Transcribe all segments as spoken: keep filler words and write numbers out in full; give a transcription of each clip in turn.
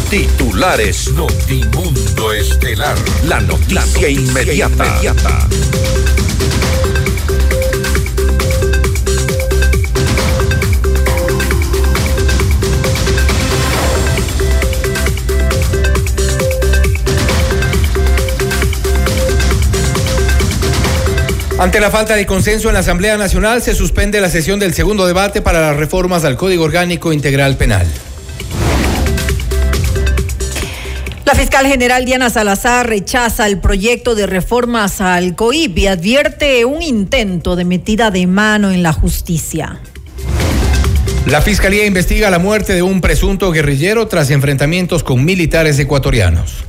Titulares Notimundo Estelar. La noticia, La noticia inmediata. inmediata. Ante la falta de consenso en la Asamblea Nacional, se suspende la sesión del segundo debate para las reformas al Código Orgánico Integral Penal. La fiscal general Diana Salazar rechaza el proyecto de reformas al C O I P y advierte un intento de metida de mano en la justicia. La Fiscalía investiga la muerte de un presunto guerrillero tras enfrentamientos con militares ecuatorianos.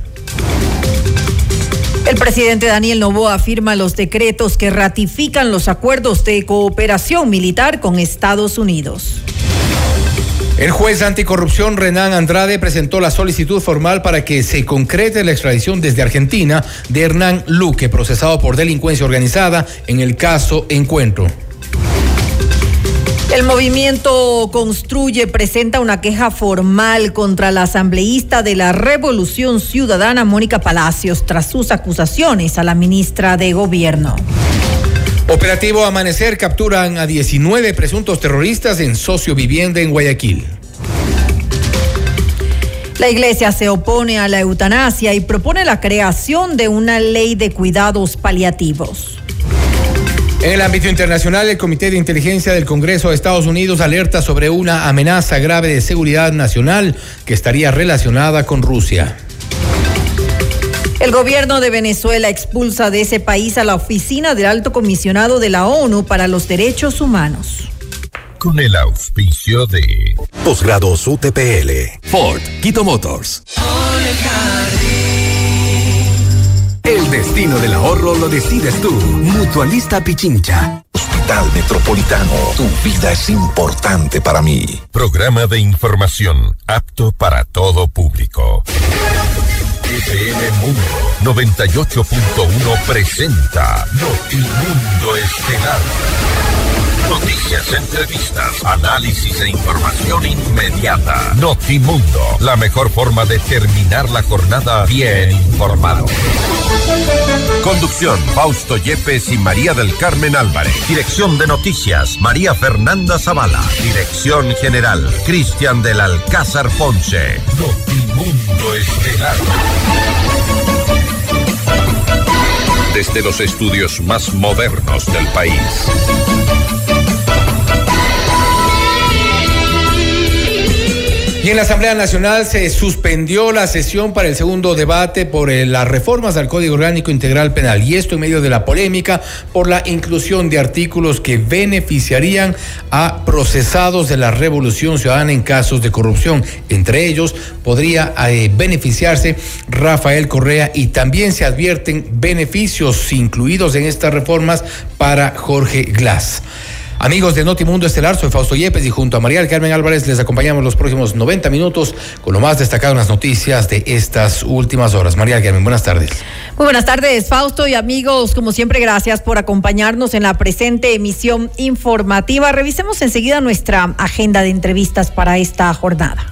El presidente Daniel Noboa firma los decretos que ratifican los acuerdos de cooperación militar con Estados Unidos. El juez anticorrupción Renan Andrade presentó la solicitud formal para que se concrete la extradición desde Argentina de Hernán Luque, procesado por delincuencia organizada en el caso Encuentro. El movimiento Construye presenta una queja formal contra la asambleísta de la Revolución Ciudadana, Mónica Palacios, tras sus acusaciones a la ministra de Gobierno. Operativo Amanecer, capturan a diecinueve presuntos terroristas en sociovivienda en Guayaquil. La Iglesia se opone a la eutanasia y propone la creación de una ley de cuidados paliativos. En el ámbito internacional, el Comité de Inteligencia del Congreso de Estados Unidos alerta sobre una amenaza grave de seguridad nacional que estaría relacionada con Rusia. El gobierno de Venezuela expulsa de ese país a la oficina del Alto Comisionado de la ONU para los Derechos Humanos. Con el auspicio de Posgrados U T P L, Ford, Quito Motors. El destino del ahorro lo decides tú. Mutualista Pichincha. Hospital Metropolitano, tu vida es importante para mí. Programa de información apto para todo público. F M Mundo noventa y ocho punto uno presenta Notimundo Estelar. Noticias, entrevistas, análisis e información inmediata. Notimundo, la mejor forma de terminar la jornada bien informado. Conducción, Fausto Yepes y María del Carmen Álvarez. Dirección de noticias, María Fernanda Zavala. Dirección general, Cristian del Alcázar Ponce. Notimundo Estelar. Desde los estudios más modernos del país. Y en la Asamblea Nacional se suspendió la sesión para el segundo debate por eh, las reformas al Código Orgánico Integral Penal, y esto en medio de la polémica por la inclusión de artículos que beneficiarían a procesados de la Revolución Ciudadana en casos de corrupción. Entre ellos podría eh, beneficiarse Rafael Correa, y también se advierten beneficios incluidos en estas reformas para Jorge Glass. Amigos de Notimundo Estelar, soy Fausto Yepes y junto a María del Carmen Álvarez les acompañamos los próximos noventa minutos con lo más destacado en las noticias de estas últimas horas. María del Carmen, buenas tardes. Muy buenas tardes, Fausto, y amigos, como siempre, gracias por acompañarnos en la presente emisión informativa. Revisemos enseguida nuestra agenda de entrevistas para esta jornada.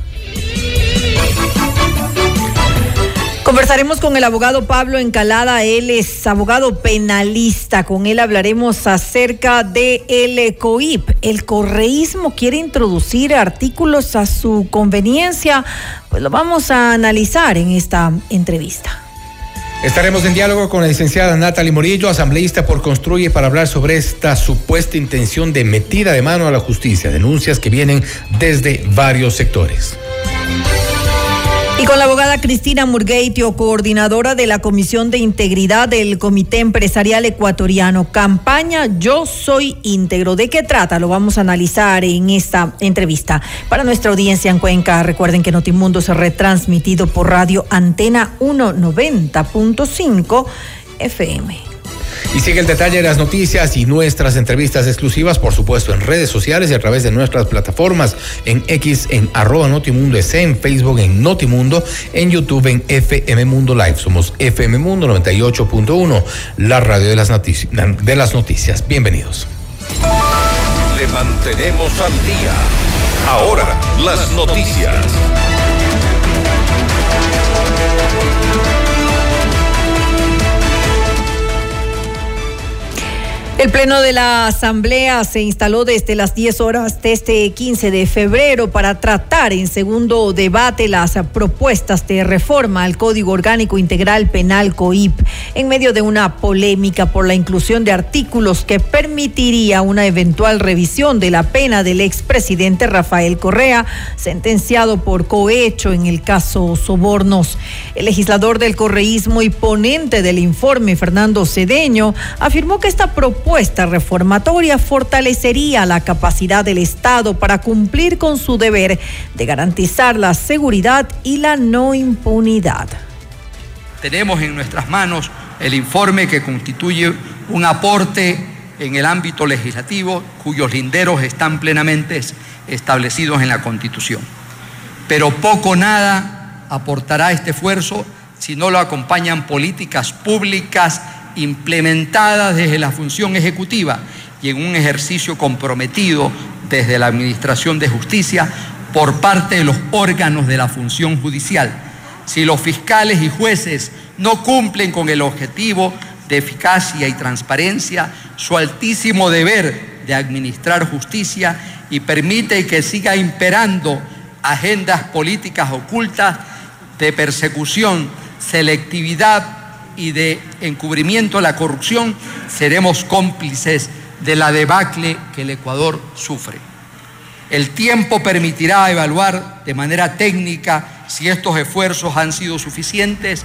Conversaremos con el abogado Pablo Encalada, él es abogado penalista. Con él hablaremos acerca de el C O I P. El correísmo quiere introducir artículos a su conveniencia. Pues lo vamos a analizar en esta entrevista. Estaremos en diálogo con la licenciada Natalie Morillo, asambleísta por Construye, para hablar sobre esta supuesta intención de metida de mano a la justicia, denuncias que vienen desde varios sectores. Y con la abogada Cristina Murgueitio, coordinadora de la Comisión de Integridad del Comité Empresarial Ecuatoriano, campaña Yo Soy Íntegro. ¿De qué trata? Lo vamos a analizar en esta entrevista. Para nuestra audiencia en Cuenca, recuerden que Notimundo es retransmitido por Radio Antena ciento noventa punto cinco F M. Y sigue el detalle de las noticias y nuestras entrevistas exclusivas, por supuesto, en redes sociales y a través de nuestras plataformas, en X, en arroba Notimundo S, en Facebook, en Notimundo, en YouTube, en F M Mundo Live. Somos F M Mundo noventa y ocho punto uno, la radio de las, notici- de las noticias. Bienvenidos. Le mantenemos al día. Ahora, las noticias. El Pleno de la Asamblea se instaló desde las diez horas de este quince de febrero para tratar en segundo debate las propuestas de reforma al Código Orgánico Integral Penal C O I P, en medio de una polémica por la inclusión de artículos que permitiría una eventual revisión de la pena del expresidente Rafael Correa, sentenciado por cohecho en el caso Sobornos. El legislador del correísmo y ponente del informe, Fernando Cedeño, afirmó que esta propuesta Esta reformatoria fortalecería la capacidad del Estado para cumplir con su deber de garantizar la seguridad y la no impunidad. Tenemos en nuestras manos el informe que constituye un aporte en el ámbito legislativo cuyos linderos están plenamente establecidos en la Constitución. Pero poco o nada aportará este esfuerzo si no lo acompañan políticas públicas implementadas desde la función ejecutiva y en un ejercicio comprometido desde la Administración de Justicia por parte de los órganos de la función judicial. Si los fiscales y jueces no cumplen con el objetivo de eficacia y transparencia, su altísimo deber de administrar justicia y permite que siga imperando agendas políticas ocultas de persecución, selectividad y de encubrimiento a la corrupción, seremos cómplices de la debacle que el Ecuador sufre. El tiempo permitirá evaluar de manera técnica si estos esfuerzos han sido suficientes.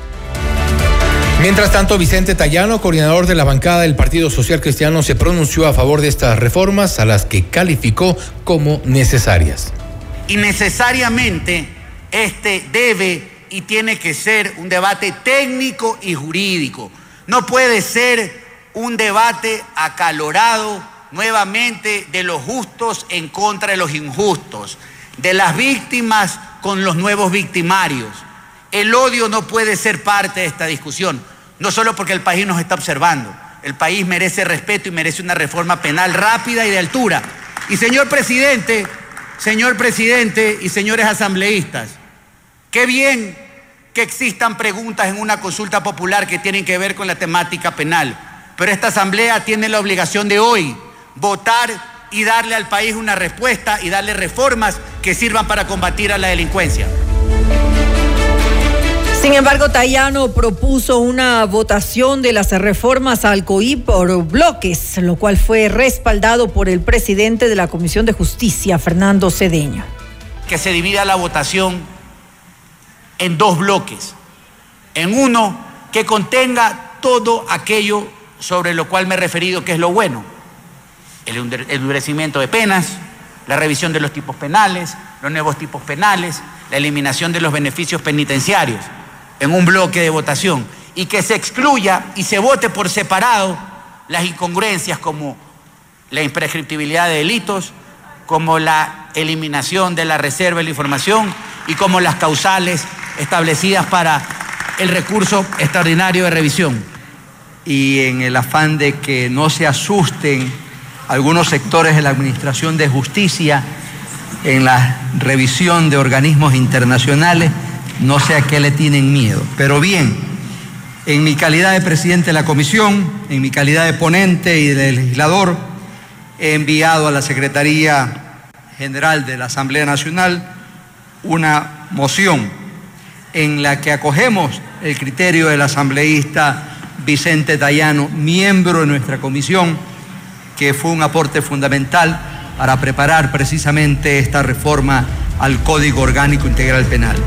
Mientras tanto, Vicente Tayano, coordinador de la bancada del Partido Social Cristiano, se pronunció a favor de estas reformas, a las que calificó como necesarias. Y necesariamente este debe y tiene que ser un debate técnico y jurídico. No puede ser un debate acalorado nuevamente de los justos en contra de los injustos, de las víctimas con los nuevos victimarios. El odio no puede ser parte de esta discusión, no solo porque el país nos está observando. El país merece respeto y merece una reforma penal rápida y de altura. Y señor presidente, señor presidente y señores asambleístas, qué bien que existan preguntas en una consulta popular que tienen que ver con la temática penal, pero esta asamblea tiene la obligación de hoy votar y darle al país una respuesta y darle reformas que sirvan para combatir a la delincuencia. Sin embargo, Tayano propuso una votación de las reformas al C O I P por bloques, lo cual fue respaldado por el presidente de la Comisión de Justicia, Fernando Cedeño. Que se divida la votación en dos bloques, en uno que contenga todo aquello sobre lo cual me he referido, que es lo bueno: el endurecimiento de penas, la revisión de los tipos penales, los nuevos tipos penales, la eliminación de los beneficios penitenciarios, en un bloque de votación, y que se excluya y se vote por separado las incongruencias como la imprescriptibilidad de delitos, como la eliminación de la reserva de la información y como las causales establecidas para el recurso extraordinario de revisión. Y en el afán de que no se asusten algunos sectores de la Administración de Justicia en la revisión de organismos internacionales, no sé a qué le tienen miedo. Pero bien, en mi calidad de presidente de la comisión, en mi calidad de ponente y de legislador, he enviado a la Secretaría General de la Asamblea Nacional una moción en la que acogemos el criterio del asambleísta Vicente Tayano, miembro de nuestra comisión, que fue un aporte fundamental para preparar precisamente esta reforma al Código Orgánico Integral Penal.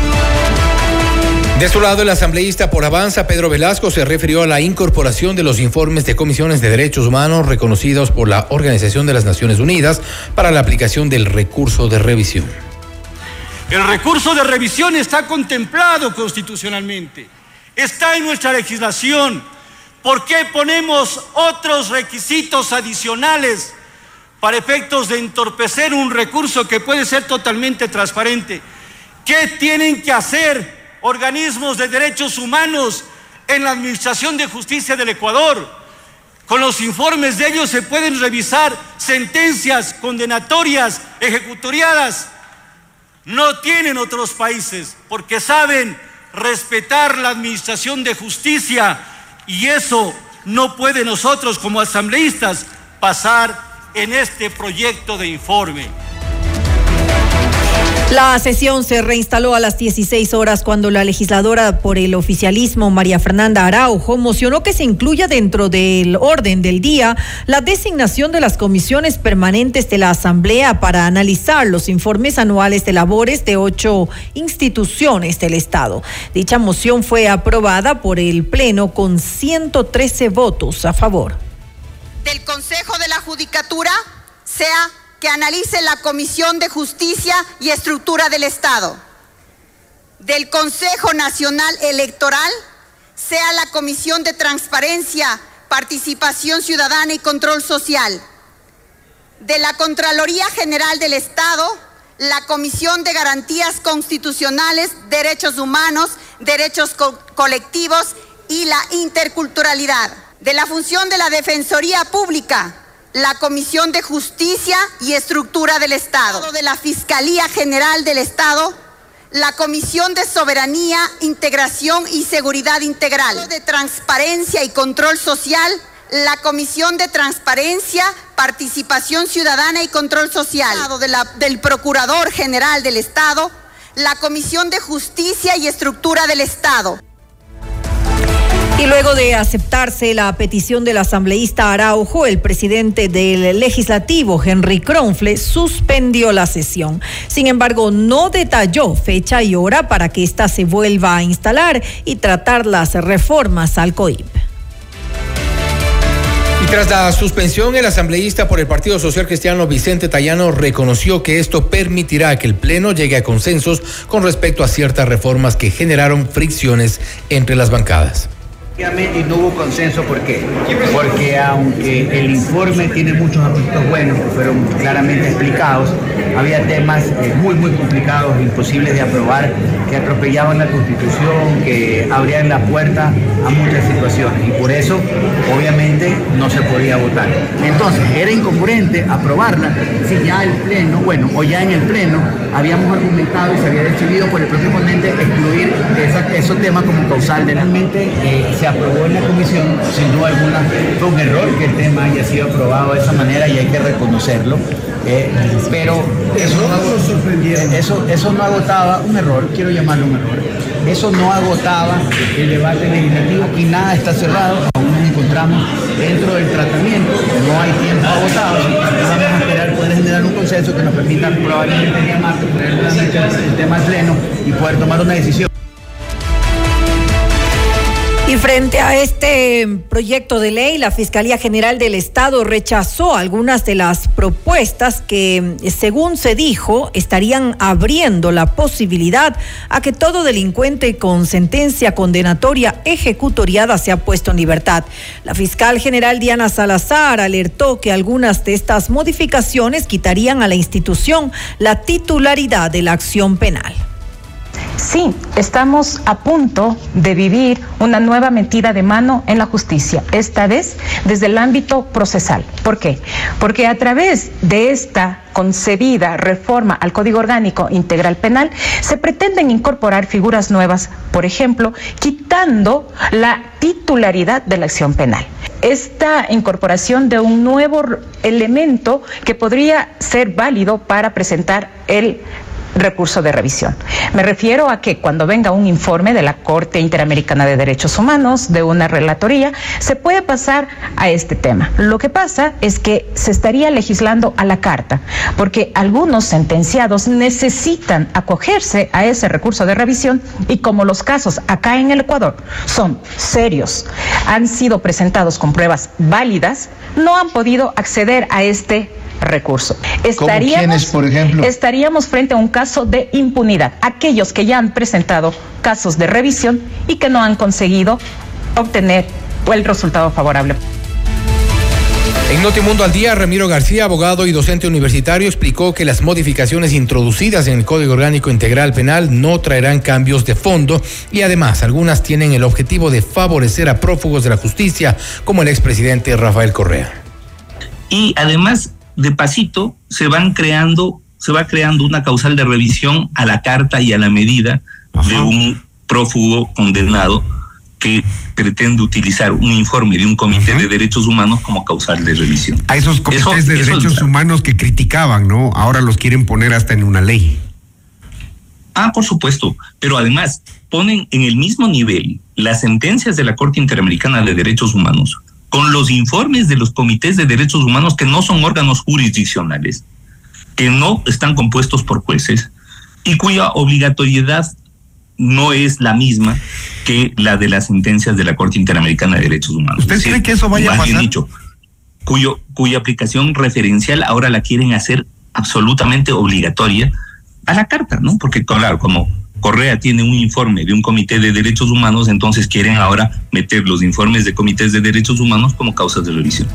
De su lado, el asambleísta por Avanza, Pedro Velasco, se refirió a la incorporación de los informes de comisiones de derechos humanos reconocidos por la Organización de las Naciones Unidas para la aplicación del recurso de revisión. El recurso de revisión está contemplado constitucionalmente, está en nuestra legislación. ¿Por qué ponemos otros requisitos adicionales para efectos de entorpecer un recurso que puede ser totalmente transparente? ¿Qué tienen que hacer organismos de derechos humanos en la Administración de Justicia del Ecuador? Con los informes de ellos se pueden revisar sentencias condenatorias ejecutoriadas. No tienen otros países porque saben respetar la administración de justicia, y eso no puede nosotros como asambleístas pasar en este proyecto de informe. La sesión se reinstaló a las dieciséis horas cuando la legisladora por el oficialismo, María Fernanda Araujo, mocionó que se incluya dentro del orden del día la designación de las comisiones permanentes de la Asamblea para analizar los informes anuales de labores de ocho instituciones del Estado. Dicha moción fue aprobada por el Pleno con ciento trece votos a favor. Del Consejo de la Judicatura sea que analice la Comisión de Justicia y Estructura del Estado. Del Consejo Nacional Electoral sea la Comisión de Transparencia, Participación Ciudadana y Control Social. De la Contraloría General del Estado, la Comisión de Garantías Constitucionales, Derechos Humanos, Derechos co- Colectivos y la Interculturalidad. De la función de la Defensoría Pública, la Comisión de Justicia y Estructura del Estado. De la Fiscalía General del Estado, la Comisión de Soberanía, Integración y Seguridad Integral. De Transparencia y Control Social, la Comisión de Transparencia, Participación Ciudadana y Control Social. De la, del Procurador General del Estado, la Comisión de Justicia y Estructura del Estado. Y luego de aceptarse la petición del asambleísta Araujo, el presidente del Legislativo, Henry Kronfle, suspendió la sesión. Sin embargo, no detalló fecha y hora para que ésta se vuelva a instalar y tratar las reformas al C O I P. Y tras la suspensión, el asambleísta por el Partido Social Cristiano, Vicente Tayano, reconoció que esto permitirá que el Pleno llegue a consensos con respecto a ciertas reformas que generaron fricciones entre las bancadas. Y no hubo consenso, ¿por qué? Porque aunque el informe tiene muchos aspectos buenos que fueron claramente explicados, había temas eh, muy muy complicados, imposibles de aprobar, que atropellaban la Constitución, que abrían la puerta a muchas situaciones y por eso obviamente no se podía votar. Entonces era incongruente aprobarla si ya el Pleno, bueno, o ya en el Pleno habíamos argumentado y se había decidido por el propio ponente excluir esa, esos temas como causal de la mente. Eh, se aprobó en la comisión, sin duda alguna fue un error que el tema haya sido aprobado de esa manera y hay que reconocerlo, eh, pero eso, eso, eso no agotaba, un error, quiero llamarlo un error, eso no agotaba el debate legislativo y nada está cerrado, aún nos encontramos dentro del tratamiento, no hay tiempo agotado, vamos a esperar poder generar un consenso que nos permita probablemente el día martes poner nuevamente el tema al pleno y poder tomar una decisión. Y frente a este proyecto de ley, la Fiscalía General del Estado rechazó algunas de las propuestas que, según se dijo, estarían abriendo la posibilidad a que todo delincuente con sentencia condenatoria ejecutoriada sea puesto en libertad. La fiscal general Diana Salazar alertó que algunas de estas modificaciones quitarían a la institución la titularidad de la acción penal. Sí, estamos a punto de vivir una nueva metida de mano en la justicia, esta vez desde el ámbito procesal. ¿Por qué? Porque a través de esta concebida reforma al Código Orgánico Integral Penal se pretenden incorporar figuras nuevas, por ejemplo, quitando la titularidad de la acción penal. Esta incorporación de un nuevo elemento que podría ser válido para presentar el recurso de revisión. Me refiero a que cuando venga un informe de la Corte Interamericana de Derechos Humanos, de una relatoría, se puede pasar a este tema. Lo que pasa es que se estaría legislando a la carta, porque algunos sentenciados necesitan acogerse a ese recurso de revisión y como los casos acá en el Ecuador son serios, han sido presentados con pruebas válidas, no han podido acceder a este recurso. Estaríamos, ¿quiénes, por ejemplo? Estaríamos frente a un caso de impunidad. Aquellos que ya han presentado casos de revisión y que no han conseguido obtener el resultado favorable. En Notimundo al Día, Ramiro García, abogado y docente universitario, explicó que las modificaciones introducidas en el Código Orgánico Integral Penal no traerán cambios de fondo y además algunas tienen el objetivo de favorecer a prófugos de la justicia, como el expresidente Rafael Correa. Y además, de pasito, se van creando, se va creando una causal de revisión a la carta y a la medida Ajá. de un prófugo condenado que pretende utilizar un informe de un comité uh-huh. de derechos humanos como causal de revisión. A esos comités eso, de eso derechos es humanos que criticaban, ¿no? Ahora los quieren poner hasta en una ley. Ah, por supuesto, pero además ponen en el mismo nivel las sentencias de la Corte Interamericana de Derechos Humanos con los informes de los comités de derechos humanos, que no son órganos jurisdiccionales, que no están compuestos por jueces y cuya obligatoriedad no es la misma que la de las sentencias de la Corte Interamericana de Derechos Humanos. ¿Usted cree que eso vaya a pasar? Dicho, cuyo, cuya aplicación referencial ahora la quieren hacer absolutamente obligatoria a la Carta, ¿no? Porque, claro, como Correa tiene un informe de un comité de derechos humanos, entonces quieren ahora meter los informes de comités de derechos humanos como causas de revisión.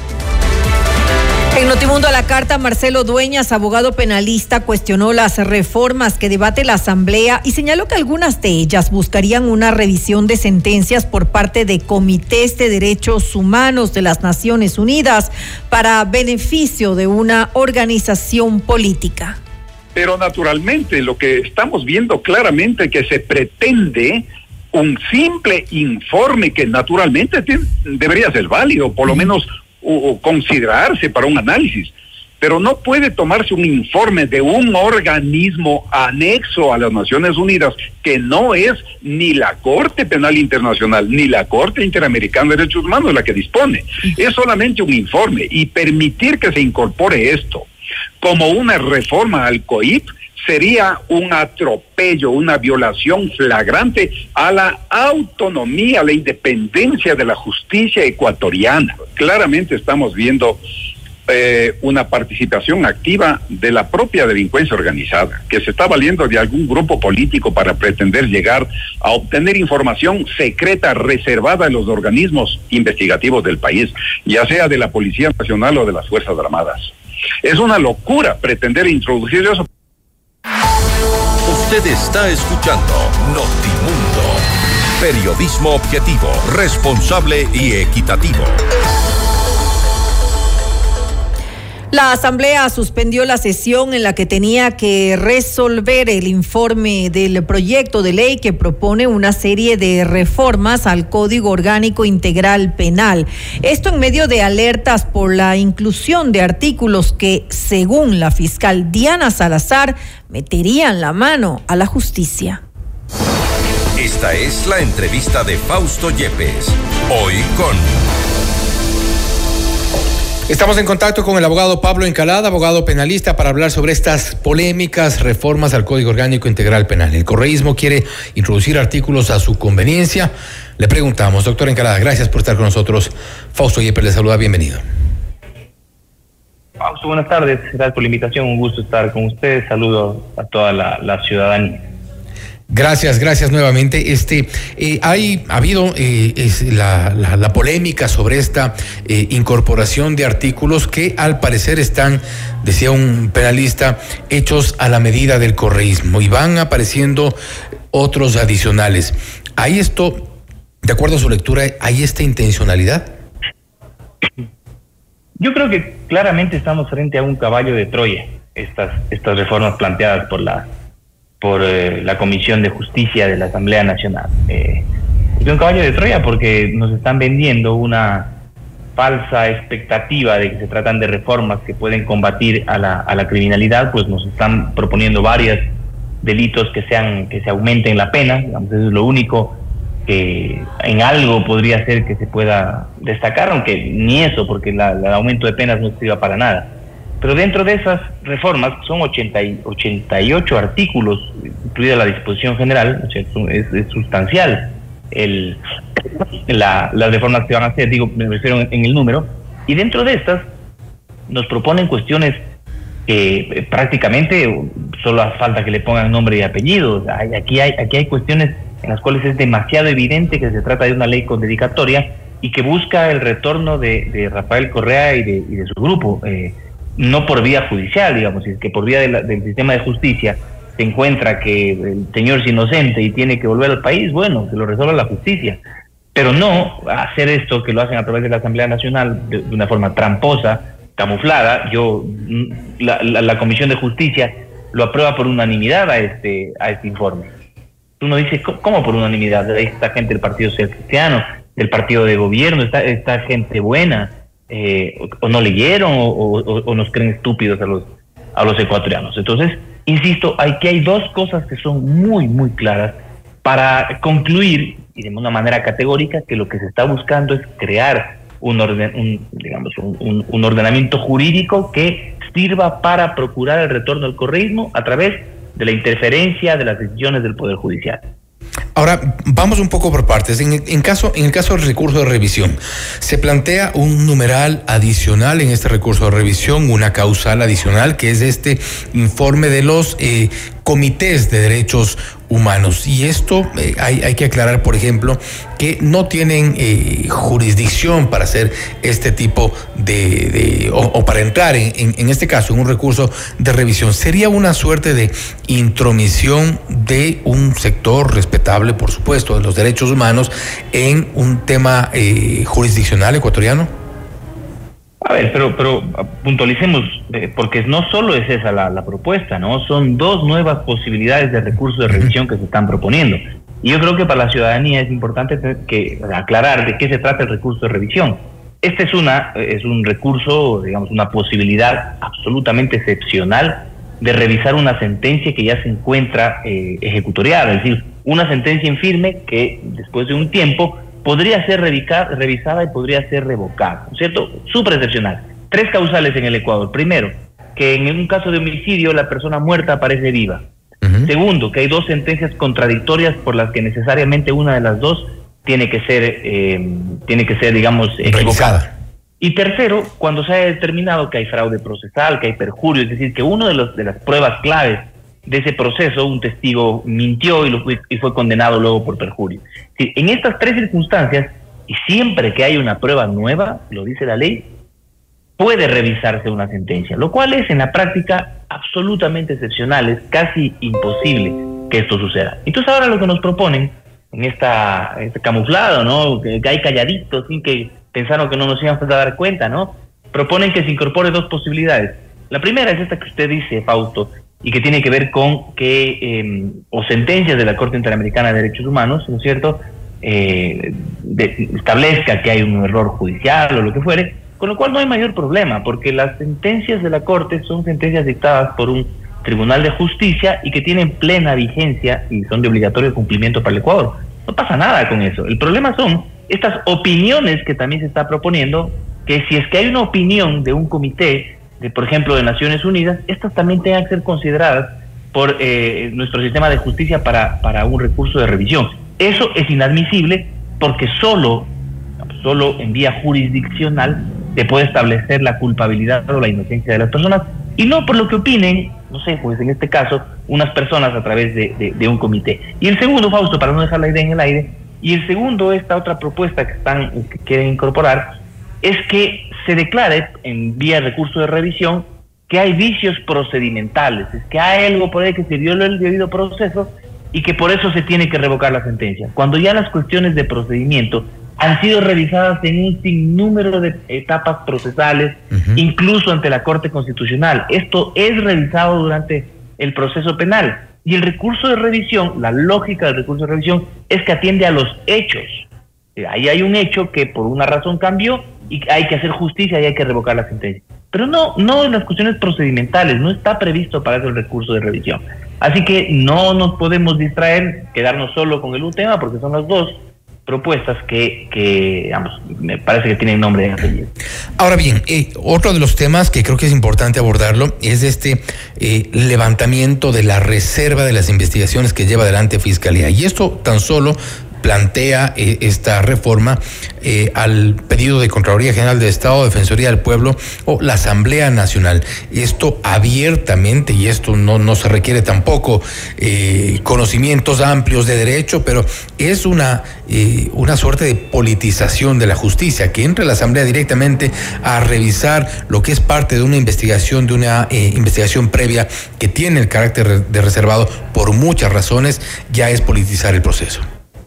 En Notimundo a la Carta, Marcelo Dueñas, abogado penalista, cuestionó las reformas que debate la Asamblea y señaló que algunas de ellas buscarían una revisión de sentencias por parte de comités de derechos humanos de las Naciones Unidas para beneficio de una organización política. Pero naturalmente lo que estamos viendo claramente es que se pretende un simple informe que naturalmente te, debería ser válido, por lo menos o, o considerarse para un análisis, pero no puede tomarse un informe de un organismo anexo a las Naciones Unidas que no es ni la Corte Penal Internacional ni la Corte Interamericana de Derechos Humanos la que dispone, es solamente un informe, y permitir que se incorpore esto como una reforma al C O I P sería un atropello, una violación flagrante a la autonomía, a la independencia de la justicia ecuatoriana. Claramente estamos viendo eh, una participación activa de la propia delincuencia organizada, que se está valiendo de algún grupo político para pretender llegar a obtener información secreta reservada en los organismos investigativos del país, ya sea de la Policía Nacional o de las Fuerzas Armadas. Es una locura pretender introducir eso. Usted está escuchando Notimundo. Periodismo objetivo, responsable y equitativo. La Asamblea suspendió la sesión en la que tenía que resolver el informe del proyecto de ley que propone una serie de reformas al Código Orgánico Integral Penal. Esto en medio de alertas por la inclusión de artículos que, según la fiscal Diana Salazar, meterían la mano a la justicia. Esta es la entrevista de Fausto Yepes, hoy con... Estamos en contacto con el abogado Pablo Encalada, abogado penalista, para hablar sobre estas polémicas reformas al Código Orgánico Integral Penal. El correísmo quiere introducir artículos a su conveniencia. Le preguntamos, doctor Encalada, gracias por estar con nosotros. Fausto Yepes le saluda, bienvenido. Fausto, buenas tardes, gracias por la invitación, un gusto estar con ustedes. Saludo a toda la, la ciudadanía. Gracias, gracias nuevamente. Este, eh, hay ha habido eh, es la, la, la polémica sobre esta eh, incorporación de artículos que al parecer están, decía un penalista, hechos a la medida del correísmo y van apareciendo otros adicionales. ¿Hay esto, de acuerdo a su lectura, hay esta intencionalidad? Yo creo que claramente estamos frente a un caballo de Troya, estas, estas reformas planteadas por la por eh, la Comisión de Justicia de la Asamblea Nacional. Eh, es un caballo de Troya porque nos están vendiendo una falsa expectativa de que se tratan de reformas que pueden combatir a la, a la criminalidad, pues nos están proponiendo varios delitos que sean que se aumenten la pena, digamos, eso es lo único que en algo podría ser que se pueda destacar, aunque ni eso, porque la, el aumento de penas no sirva para nada. Pero dentro de esas reformas, son ochenta y ocho artículos, incluida la disposición general, o sea, es, es sustancial el, la, las reformas que van a hacer, digo, me refiero en, en el número, y dentro de estas nos proponen cuestiones que eh, prácticamente solo hace falta que le pongan nombre y apellido. Hay, aquí, hay, aquí hay cuestiones en las cuales es demasiado evidente que se trata de una ley con dedicatoria y que busca el retorno de, de Rafael Correa y de, y de su grupo. Eh, no por vía judicial, digamos, es que por vía de la, del sistema de justicia se encuentra que el señor es inocente y tiene que volver al país, bueno, que lo resuelva la justicia, pero no hacer esto que lo hacen a través de la Asamblea Nacional de, de una forma tramposa, camuflada. Yo la, la, la Comisión de Justicia lo aprueba por unanimidad a este a este informe. Uno dice, ¿cómo por unanimidad? Ahí está gente del Partido Social Cristiano, del partido de gobierno, está, está gente buena, eh, o, o no leyeron, o, o, o nos creen estúpidos a los, a los ecuatorianos. Entonces, insisto, aquí hay dos cosas que son muy, muy claras para concluir, y de una manera categórica, que lo que se está buscando es crear un, orden, un, digamos, un, un, un ordenamiento jurídico que sirva para procurar el retorno al correísmo a través de la interferencia de las decisiones del Poder Judicial. Ahora, vamos un poco por partes. En, en, caso, en el caso del recurso de revisión, se plantea un numeral adicional en este recurso de revisión, una causal adicional, que es este informe de los eh, comités de derechos humanos. Y esto eh, hay, hay que aclarar, por ejemplo, que no tienen eh, jurisdicción para hacer este tipo de, de o, o para entrar en, en, en este caso en un recurso de revisión. Sería una suerte de intromisión de un sector respetable, por supuesto, de los derechos humanos en un tema eh, jurisdiccional ecuatoriano. A ver, pero pero puntualicemos, eh, porque no solo es esa la, la propuesta, ¿no? Son dos nuevas posibilidades de recurso de revisión que se están proponiendo. Y yo creo que para la ciudadanía es importante que aclarar de qué se trata el recurso de revisión. Este es una es un recurso, digamos, una posibilidad absolutamente excepcional de revisar una sentencia que ya se encuentra eh, ejecutoriada, es decir, una sentencia en firme que después de un tiempo podría ser revisada, revisada y podría ser revocada, ¿no es cierto? Súper excepcional. Tres causales en el Ecuador. Primero, que en un caso de homicidio la persona muerta aparece viva. Uh-huh. Segundo, que hay dos sentencias contradictorias por las que necesariamente una de las dos tiene que ser, eh, tiene que ser, digamos, revisada. Y tercero, cuando se haya determinado que hay fraude procesal, que hay perjurio, es decir, que uno de los de las pruebas claves de ese proceso, un testigo mintió y, lo fue, y fue condenado luego por perjurio. Sí, en estas tres circunstancias, y siempre que hay una prueba nueva, lo dice la ley, puede revisarse una sentencia, lo cual es en la práctica absolutamente excepcional, es casi imposible que esto suceda. Entonces ahora lo que nos proponen, en esta, este camuflado, ¿no? Que, que hay calladitos, sin que pensaron que no nos íbamos a dar cuenta, ¿no? Proponen que se incorpore dos posibilidades. La primera es esta que usted dice, Fausto, y que tiene que ver con que, eh, o sentencias de la Corte Interamericana de Derechos Humanos, ¿no es cierto?, eh, de, establezca que hay un error judicial o lo que fuere, con lo cual no hay mayor problema, porque las sentencias de la Corte son sentencias dictadas por un tribunal de justicia y que tienen plena vigencia y son de obligatorio cumplimiento para el Ecuador. No pasa nada con eso. El problema son estas opiniones que también se está proponiendo, que si es que hay una opinión de un comité, de, por ejemplo, de Naciones Unidas, estas también tengan que ser consideradas por eh, nuestro sistema de justicia para, para un recurso de revisión. Eso es inadmisible porque solo, solo en vía jurisdiccional se puede establecer la culpabilidad o la inocencia de las personas, y no por lo que opinen, no sé, pues en este caso, unas personas a través de, de, de un comité. Y el segundo, Fausto, para no dejar la idea en el aire, y el segundo, esta otra propuesta que están que quieren incorporar, es que se declare en vía recurso de revisión que hay vicios procedimentales, es que hay algo por ahí que se violó el debido proceso y que por eso se tiene que revocar la sentencia. Cuando ya las cuestiones de procedimiento han sido revisadas en un sinnúmero de etapas procesales, uh-huh. incluso ante la Corte Constitucional. Esto es revisado durante el proceso penal. Y el recurso de revisión, la lógica del recurso de revisión, es que atiende a los hechos. Ahí hay un hecho que por una razón cambió y hay que hacer justicia y hay que revocar la sentencia. Pero no, no en las cuestiones procedimentales, no está previsto para eso el recurso de revisión. Así que no nos podemos distraer, quedarnos solo con el un tema, porque son las dos propuestas que, que digamos, me parece que tienen nombre de apellido. Ahora bien, eh, otro de los temas que creo que es importante abordarlo es este eh, levantamiento de la reserva de las investigaciones que lleva adelante Fiscalía. Y esto tan solo plantea eh, esta reforma eh, al pedido de Contraloría General del Estado, Defensoría del Pueblo o la Asamblea Nacional. Esto abiertamente, y esto no, no se requiere tampoco eh, conocimientos amplios de derecho, pero es una, eh, una suerte de politización de la justicia, que entre la Asamblea directamente a revisar lo que es parte de una investigación, de una eh, investigación previa que tiene el carácter de reservado por muchas razones, ya es politizar el proceso.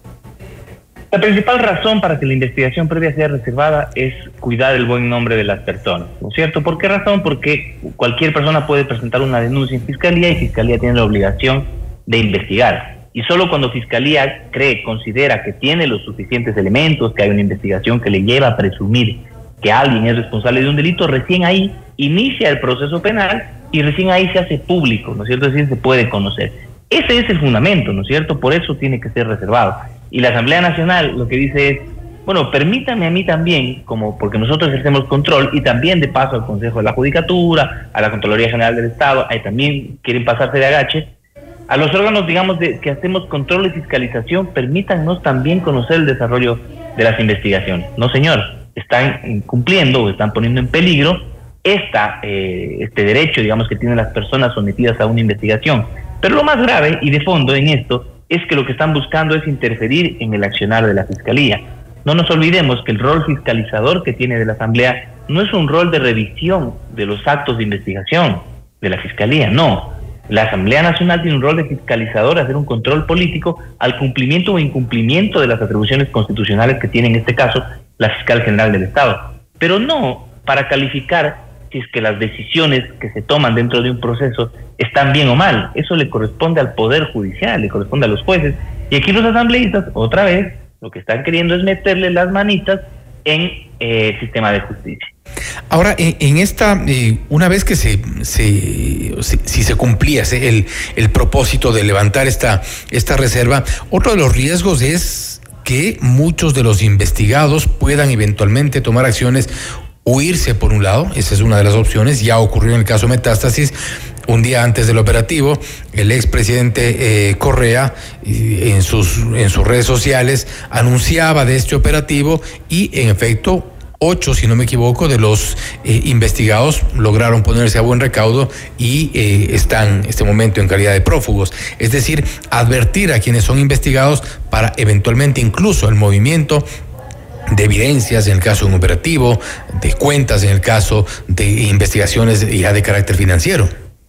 La principal razón para que la investigación previa sea reservada es cuidar el buen nombre de las personas, ¿no es cierto? ¿Por qué razón? Porque cualquier persona puede presentar una denuncia en Fiscalía y Fiscalía tiene la obligación de investigar. y solo cuando Fiscalía cree, considera que tiene los suficientes elementos, que hay una investigación que le lleva a presumir que alguien es responsable de un delito, recién ahí inicia el proceso penal y recién ahí se hace público, ¿no es cierto? Es decir, se puede conocer. Ese es el fundamento, ¿no es cierto? Por eso tiene que ser reservado. Y la Asamblea Nacional lo que dice es, bueno, permítame a mí también, como porque nosotros ejercemos control, y también de paso al Consejo de la Judicatura, a la Contraloría General del Estado, ahí también quieren pasarse de agache, a los órganos, digamos, de, que hacemos control y fiscalización, permítannos también conocer el desarrollo de las investigaciones. No, señor, están incumpliendo o están poniendo en peligro esta, eh, este derecho, digamos, que tienen las personas sometidas a una investigación. Pero lo más grave y de fondo en esto es que lo que están buscando es interferir en el accionar de la Fiscalía. No nos olvidemos que el rol fiscalizador que tiene de la Asamblea no es un rol de revisión de los actos de investigación de la Fiscalía, no. La Asamblea Nacional tiene un rol de fiscalizador, hacer un control político al cumplimiento o incumplimiento de las atribuciones constitucionales que tiene en este caso la Fiscal General del Estado, pero no para calificar si es que las decisiones que se toman dentro de un proceso están bien o mal. Eso le corresponde al Poder Judicial, le corresponde a los jueces, y aquí los asambleístas, otra vez, lo que están queriendo es meterle las manitas en eh, el sistema de justicia. Ahora, en, en esta, eh, una vez que se, se si, si se cumplía el, el propósito de levantar esta, esta reserva, otro de los riesgos es que muchos de los investigados puedan eventualmente tomar acciones, huirse por un lado, esa es una de las opciones, ya ocurrió en el caso Metástasis. Un día antes del operativo, el expresidente eh, Correa en sus, en sus redes sociales anunciaba de este operativo y en efecto ocho, si no me equivoco, de los eh, investigados lograron ponerse a buen recaudo y eh, están en este momento en calidad de prófugos. Es decir, advertir a quienes son investigados para eventualmente incluso el movimiento de evidencias en el caso de un operativo, de cuentas en el caso de investigaciones ya de carácter financiero.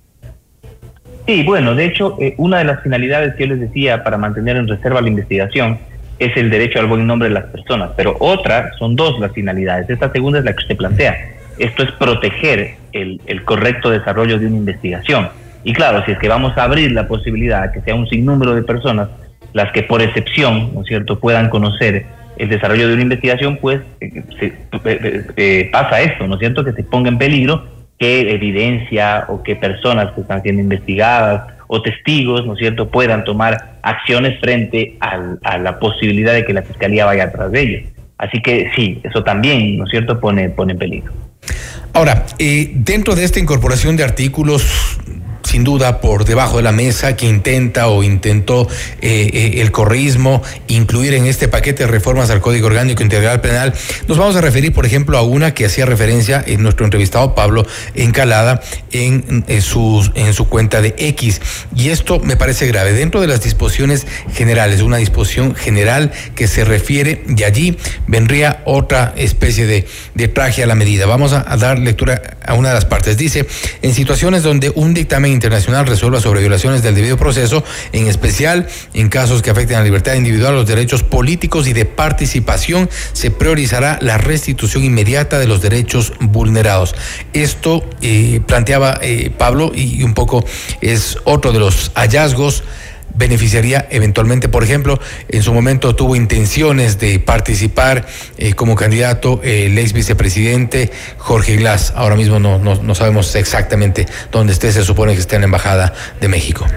Sí, bueno, de hecho, eh, una de las finalidades que yo les decía para mantener en reserva la investigación es el derecho al buen nombre de las personas, pero otra, son dos las finalidades. Esta segunda es la que usted plantea. Esto es proteger el, el correcto desarrollo de una investigación. Y claro, si es que vamos a abrir la posibilidad de que sea un sinnúmero de personas las que por excepción, ¿no es cierto?, puedan conocer el desarrollo de una investigación, pues eh, se, eh, eh, pasa esto, ¿no es cierto?, que se ponga en peligro que evidencia o que personas que están siendo investigadas o testigos, ¿no es cierto?, puedan tomar acciones frente al, a la posibilidad de que la Fiscalía vaya atrás de ellos. Así que sí, eso también, ¿no es cierto?, pone, pone en peligro. Ahora, eh, dentro de esta incorporación de artículos, sin duda por debajo de la mesa, que intenta o intentó eh, eh, el correísmo incluir en este paquete de reformas al Código Orgánico Integral Penal, nos vamos a referir, por ejemplo, a una que hacía referencia en nuestro entrevistado Pablo Encalada en, en, su, en su cuenta de X. Y esto me parece grave. Dentro de las disposiciones generales, una disposición general que se refiere, y allí vendría otra especie de, de traje a la medida. Vamos a, a dar lectura a una de las partes. Dice, en situaciones donde un dictamen internacional resuelva sobre violaciones del debido proceso, en especial en casos que afecten a la libertad individual, los derechos políticos y de participación, se priorizará la restitución inmediata de los derechos vulnerados. Esto eh, planteaba eh, Pablo, y un poco es otro de los hallazgos. Beneficiaría eventualmente, por ejemplo, en su momento tuvo intenciones de participar eh, como candidato eh, el ex vicepresidente Jorge Glass. Ahora mismo no, no, no sabemos exactamente dónde esté, se supone que está en la Embajada de México.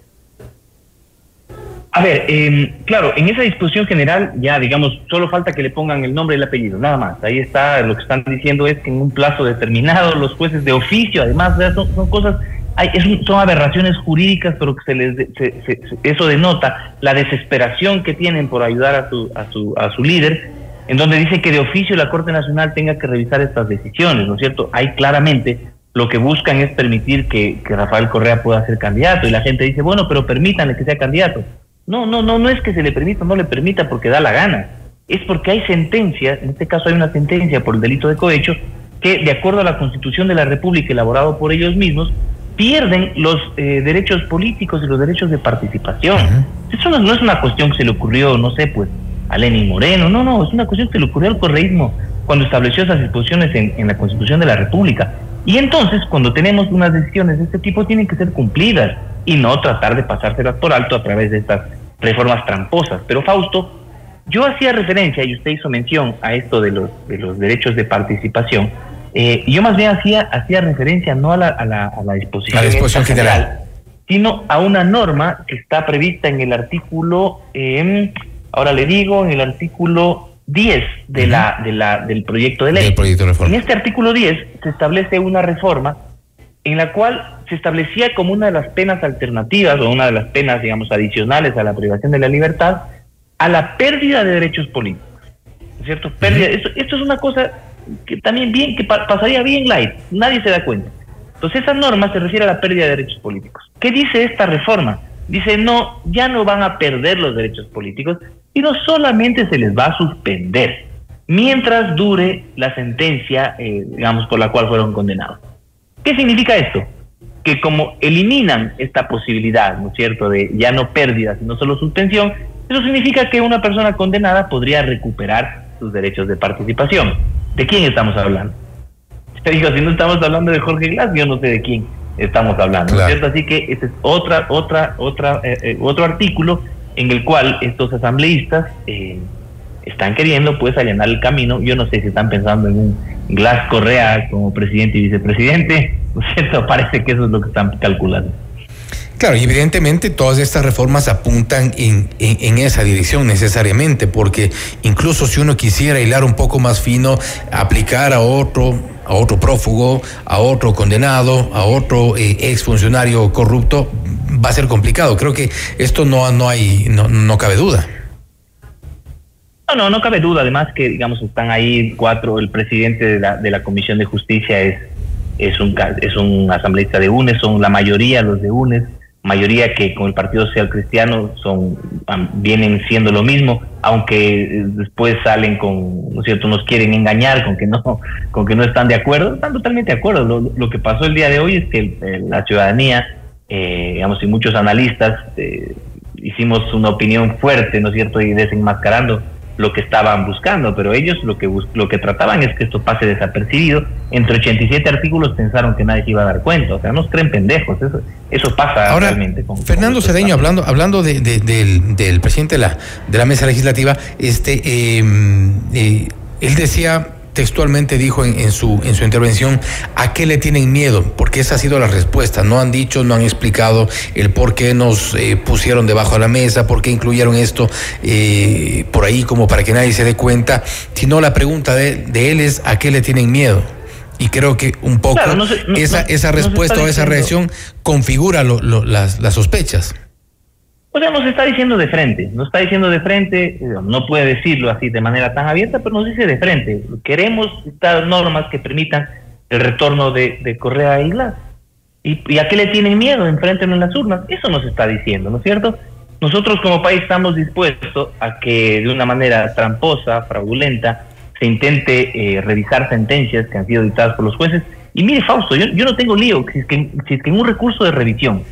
A ver, eh, claro, en esa disposición general ya, digamos, solo falta que le pongan el nombre y el apellido, nada más. Ahí está, lo que están diciendo es que en un plazo determinado los jueces de oficio, además, son, son cosas... Hay, es, son aberraciones jurídicas, pero que se les de, se, se, eso denota la desesperación que tienen por ayudar a su, a su a su líder, en donde dice que de oficio la Corte Nacional tenga que revisar estas decisiones, ¿no es cierto? Ahí claramente lo que buscan es permitir que, que Rafael Correa pueda ser candidato, y la gente dice, bueno, pero permítanle que sea candidato. No, no, no, no es que se le permita, no le permita porque da la gana, es porque hay sentencias, en este caso hay una sentencia por el delito de cohecho, que de acuerdo a la Constitución de la República elaborado por ellos mismos, pierden los eh, derechos políticos y los derechos de participación. Uh-huh. Eso no, no es una cuestión que se le ocurrió, no sé, pues, a Lenín Moreno, no, no, es una cuestión que le ocurrió al correísmo cuando estableció esas disposiciones en, en la Constitución de la República. Y entonces, cuando tenemos unas decisiones de este tipo, tienen que ser cumplidas y no tratar de pasárselas por alto a través de estas reformas tramposas. Pero Fausto, yo hacía referencia, y usted hizo mención a esto de los, de los derechos de participación, eh, yo más bien hacía, hacía referencia no a la, a la, a la disposición, la disposición general, general, sino a una norma que está prevista en el artículo, eh, ahora le digo, en el artículo diez de uh-huh. la, de la, del proyecto de ley. Del proyecto de reforma. En este artículo diez se establece una reforma en la cual se establecía como una de las penas alternativas o una de las penas, digamos, adicionales a la privación de la libertad, a la pérdida de derechos políticos, ¿no es cierto? Pérdida, uh-huh. esto, esto es una cosa que también bien, que pa- pasaría bien light, nadie se da cuenta. Entonces esa norma se refiere a la pérdida de derechos políticos. ¿Qué dice esta reforma? Dice, no, ya no van a perder los derechos políticos, sino solamente se les va a suspender mientras dure la sentencia, eh, digamos, por la cual fueron condenados. ¿Qué significa esto? Que como eliminan esta posibilidad, ¿no es cierto?, de ya no pérdida, sino solo suspensión, eso significa que una persona condenada podría recuperar sus derechos de participación. ¿De quién estamos hablando? Te digo, si no estamos hablando de Jorge Glass, yo no sé de quién estamos hablando, ¿no es cierto? Así que este es otra, otra, otra, eh, eh, otro artículo en el cual estos asambleístas eh, están queriendo pues allanar el camino. Yo no sé si están pensando en un Glass Correa como presidente y vicepresidente, ¿no es cierto? Parece que eso es lo que están calculando. Claro, y evidentemente todas estas reformas apuntan en, en, en esa dirección necesariamente, porque incluso si uno quisiera hilar un poco más fino, aplicar a otro, a otro prófugo, a otro condenado, a otro eh, exfuncionario corrupto, va a ser complicado. Creo que esto no, no hay, no, no cabe duda. No, no, no cabe duda. Además que, digamos, están ahí cuatro. El presidente de la, de la Comisión de Justicia es, es un, es un asambleísta de U N E S, son la mayoría los de U N E S. Mayoría que con el Partido Social Cristiano son vienen siendo lo mismo, aunque después salen con, ¿no es cierto?, nos quieren engañar con que no con que no están de acuerdo. Están totalmente de acuerdo. Lo, lo que pasó el día de hoy es que el, la ciudadanía, eh, digamos, y muchos analistas eh, hicimos una opinión fuerte, ¿no es cierto?, y desenmascarando lo que estaban buscando, pero ellos lo que bus- lo que trataban es que esto pase desapercibido. Entre ochenta y siete artículos pensaron que nadie se iba a dar cuenta, o sea, nos creen pendejos, eso, eso pasa. Ahora, realmente. Con, Fernando con Cedeño, hablando hablando de, de, del, del presidente de la, de la mesa legislativa, este eh, eh, él decía, textualmente dijo en, en su en su intervención, ¿a qué le tienen miedo? Porque esa ha sido la respuesta. No han dicho, no han explicado el por qué nos eh, pusieron debajo de la mesa, por qué incluyeron esto eh, por ahí como para que nadie se dé cuenta, sino la pregunta de, de él es ¿a qué le tienen miedo? Y creo que un poco claro, no se, no, esa, esa no, respuesta no o esa reacción configura lo, lo, las, las sospechas. O sea, nos está diciendo de frente, nos está diciendo de frente, no puede decirlo así de manera tan abierta, pero nos dice de frente, queremos estas normas que permitan el retorno de, de Correa e Glass. ¿Y, ¿Y a qué le tienen miedo? Enfréntenlo en las urnas. Eso nos está diciendo, ¿no es cierto? Nosotros como país estamos dispuestos a que de una manera tramposa, fraudulenta, se intente eh, revisar sentencias que han sido dictadas por los jueces. Y mire, Fausto, yo, yo no tengo lío, si es, que, si es que en un recurso de revisión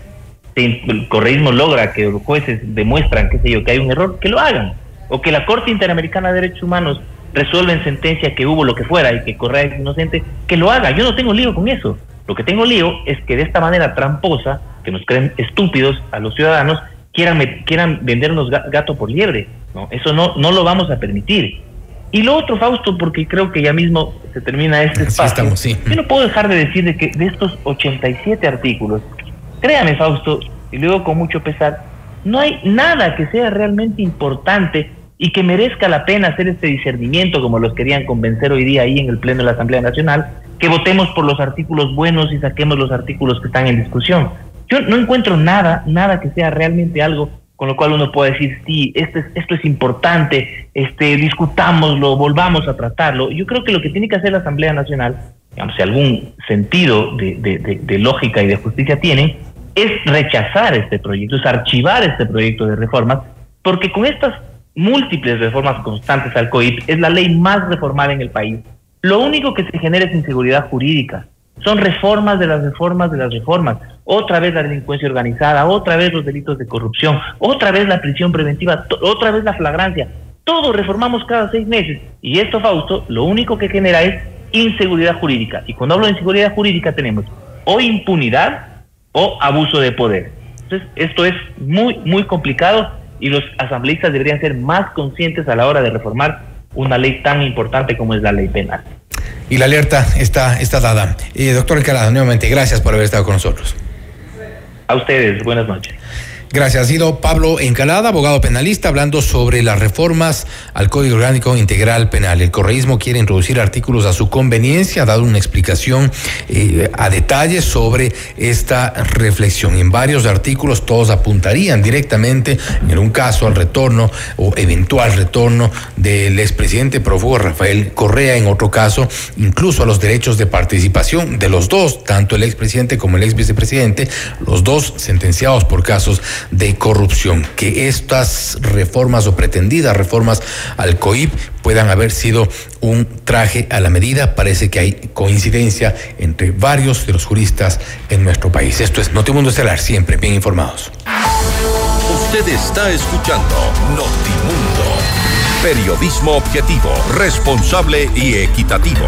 el correísmo logra que los jueces demuestran, qué sé yo, que hay un error, que lo hagan. O que la Corte Interamericana de Derechos Humanos resuelva en sentencia que hubo lo que fuera y que Correa es inocente, que lo haga. Yo no tengo lío con eso. Lo que tengo lío es que de esta manera tramposa, que nos creen estúpidos a los ciudadanos, quieran, quieran vendernos gato por liebre, ¿no? Eso no, no lo vamos a permitir. Y lo otro, Fausto, porque creo que ya mismo se termina este espacio, sí estamos, sí. Yo no puedo dejar de decir de que de estos ochenta y siete artículos, créame, Fausto, y luego con mucho pesar, no hay nada que sea realmente importante y que merezca la pena hacer este discernimiento como los querían convencer hoy día ahí en el Pleno de la Asamblea Nacional, que votemos por los artículos buenos y saquemos los artículos que están en discusión. Yo no encuentro nada, nada que sea realmente algo con lo cual uno pueda decir, sí, esto es, esto es importante, este, discutámoslo, volvamos a tratarlo. Yo creo que lo que tiene que hacer la Asamblea Nacional, digamos, si algún sentido de, de, de, de lógica y de justicia tienen, es rechazar este proyecto, es archivar este proyecto de reformas, porque con estas múltiples reformas constantes al C O I P es la ley más reformada en el país. Lo único que se genera es inseguridad jurídica. Son reformas de las reformas de las reformas. Otra vez la delincuencia organizada, otra vez los delitos de corrupción, otra vez la prisión preventiva, otra vez la flagrancia. Todo reformamos cada seis meses. Y esto, Fausto, lo único que genera es inseguridad jurídica. Y cuando hablo de inseguridad jurídica tenemos o impunidad o abuso de poder. Entonces, esto es muy, muy complicado y los asambleístas deberían ser más conscientes a la hora de reformar una ley tan importante como es la ley penal. Y la alerta está, está dada. Eh, doctor Encalada, nuevamente, gracias por haber estado con nosotros. A ustedes, buenas noches. Gracias. Ha sido Pablo Encalada, abogado penalista, hablando sobre las reformas al Código Orgánico Integral Penal. El correísmo quiere introducir artículos a su conveniencia, ha dado una explicación eh, a detalle sobre esta reflexión. En varios artículos todos apuntarían directamente, en un caso, al retorno o eventual retorno del expresidente prófugo Rafael Correa, en otro caso, incluso a los derechos de participación de los dos, tanto el expresidente como el exvicepresidente, los dos sentenciados por casos de corrupción. Que estas reformas o pretendidas reformas al C O I P puedan haber sido un traje a la medida. Parece que hay coincidencia entre varios de los juristas en nuestro país. Esto es Notimundo Estelar, siempre bien informados. Usted está escuchando Notimundo. Periodismo objetivo, responsable y equitativo.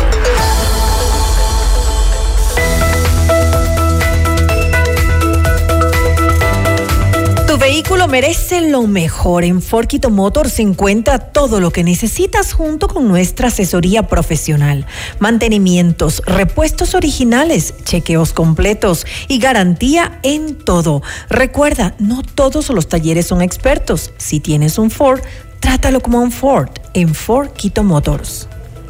Tu vehículo merece lo mejor. En Ford Quito Motors se encuentra todo lo que necesitas junto con nuestra asesoría profesional. Mantenimientos, repuestos originales, chequeos completos y garantía en todo. Recuerda, no todos los talleres son expertos. Si tienes un Ford, trátalo como un Ford en Ford Quito Motors.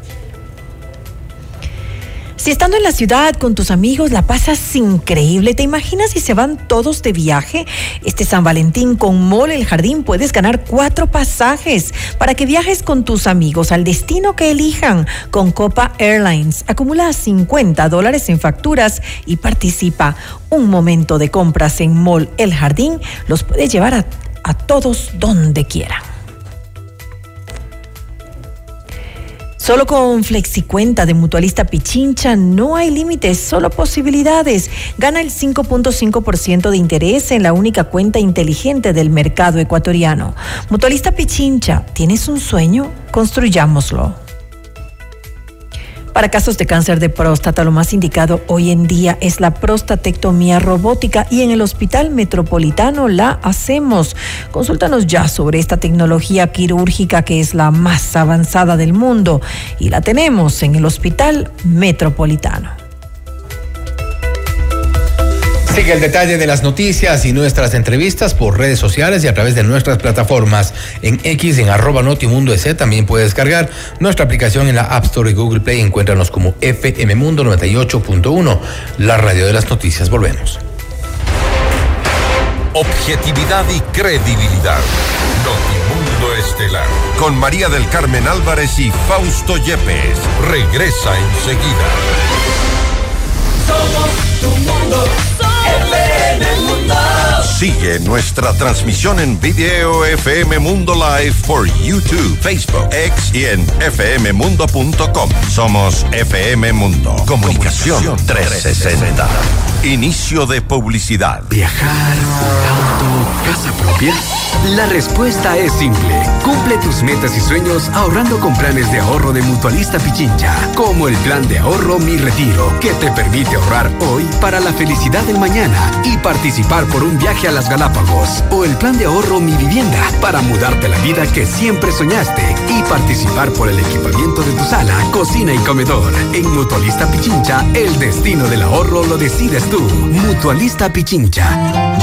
Si estando en la ciudad con tus amigos la pasas increíble, ¿te imaginas si se van todos de viaje? Este San Valentín con Mall El Jardín puedes ganar cuatro pasajes para que viajes con tus amigos al destino que elijan con Copa Airlines. Acumula cincuenta dólares en facturas y participa. Un momento de compras en Mall El Jardín los puede llevar a, a todos donde quieran. Solo con FlexiCuenta de Mutualista Pichincha no hay límites, solo posibilidades. Gana el cinco punto cinco por ciento de interés en la única cuenta inteligente del mercado ecuatoriano. Mutualista Pichincha, ¿tienes un sueño? Construyámoslo. Para casos de cáncer de próstata, lo más indicado hoy en día es la prostatectomía robótica y en el Hospital Metropolitano la hacemos. Consúltanos ya sobre esta tecnología quirúrgica que es la más avanzada del mundo y la tenemos en el Hospital Metropolitano. Sigue el detalle de las noticias y nuestras entrevistas por redes sociales y a través de nuestras plataformas. En X, en arroba Notimundo E C, también puedes descargar nuestra aplicación en la App Store y Google Play. Encuéntranos como F M Mundo noventa y ocho punto uno, la radio de las noticias. Volvemos. Objetividad y credibilidad. Notimundo Estelar. Con María del Carmen Álvarez y Fausto Yepes. Regresa enseguida. Somos tu mundo. F M Mundo. Sigue nuestra transmisión en video F M Mundo Live por YouTube, Facebook, X y en f m mundo punto com. Somos F M Mundo. Comunicación trescientos sesenta. Inicio de publicidad. ¿Viajar, auto, casa propia? La respuesta es simple. Cumple tus metas y sueños ahorrando con planes de ahorro de Mutualista Pichincha, como el plan de ahorro Mi Retiro, que te permite ahorrar hoy para la felicidad del mañana y participar por un viaje a las Galápagos, o el plan de ahorro Mi Vivienda, para mudarte la vida que siempre soñaste y participar por el equipamiento de tu sala, cocina y comedor. En Mutualista Pichincha, el destino del ahorro lo decides tú. Mutualista Pichincha.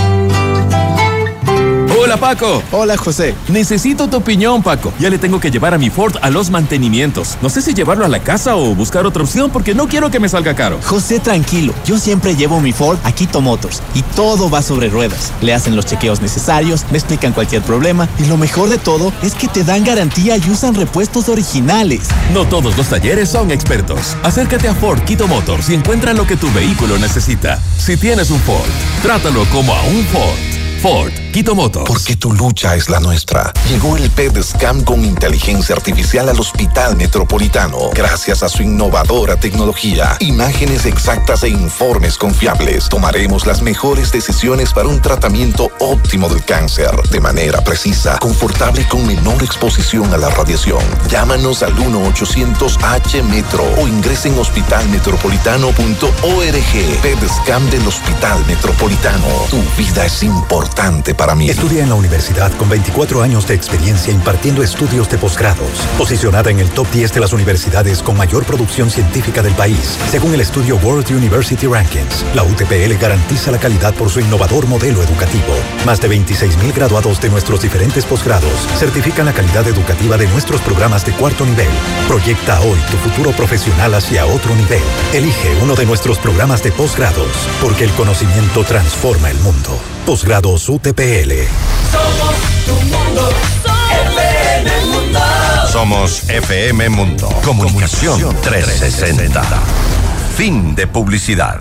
Hola, Paco. Hola, José. Necesito tu opinión, Paco. Ya le tengo que llevar a mi Ford a los mantenimientos. No sé si llevarlo a la casa o buscar otra opción porque no quiero que me salga caro. José, tranquilo. Yo siempre llevo mi Ford a Quito Motors y todo va sobre ruedas. Le hacen los chequeos necesarios, me explican cualquier problema y lo mejor de todo es que te dan garantía y usan repuestos originales. No todos los talleres son expertos. Acércate a Ford Quito Motors y encuentra lo que tu vehículo necesita. Si tienes un Ford, trátalo como a un Ford. Ford Quito Motors. Porque tu lucha es la nuestra. Llegó el P E D Scan con inteligencia artificial al Hospital Metropolitano. Gracias a su innovadora tecnología, imágenes exactas e informes confiables, tomaremos las mejores decisiones para un tratamiento óptimo del cáncer, de manera precisa, confortable y con menor exposición a la radiación. Llámanos al uno ochocientos H Metro o ingresen en hospital metropolitano punto org. P E D Scan del Hospital Metropolitano. Tu vida es importante para mí. Estudia en la universidad con veinticuatro años de experiencia impartiendo estudios de posgrados. Posicionada en el top diez de las universidades con mayor producción científica del país, según el estudio World University Rankings. La U T P L garantiza la calidad por su innovador modelo educativo. Más de veintiséis mil graduados de nuestros diferentes posgrados certifican la calidad educativa de nuestros programas de cuarto nivel. Proyecta hoy tu futuro profesional hacia otro nivel. Elige uno de nuestros programas de posgrados, porque el conocimiento transforma el mundo. Posgrados U T P L. Somos tu mundo, F M Mundo. Somos F M Mundo. Comunicación trescientos sesenta. Fin de publicidad.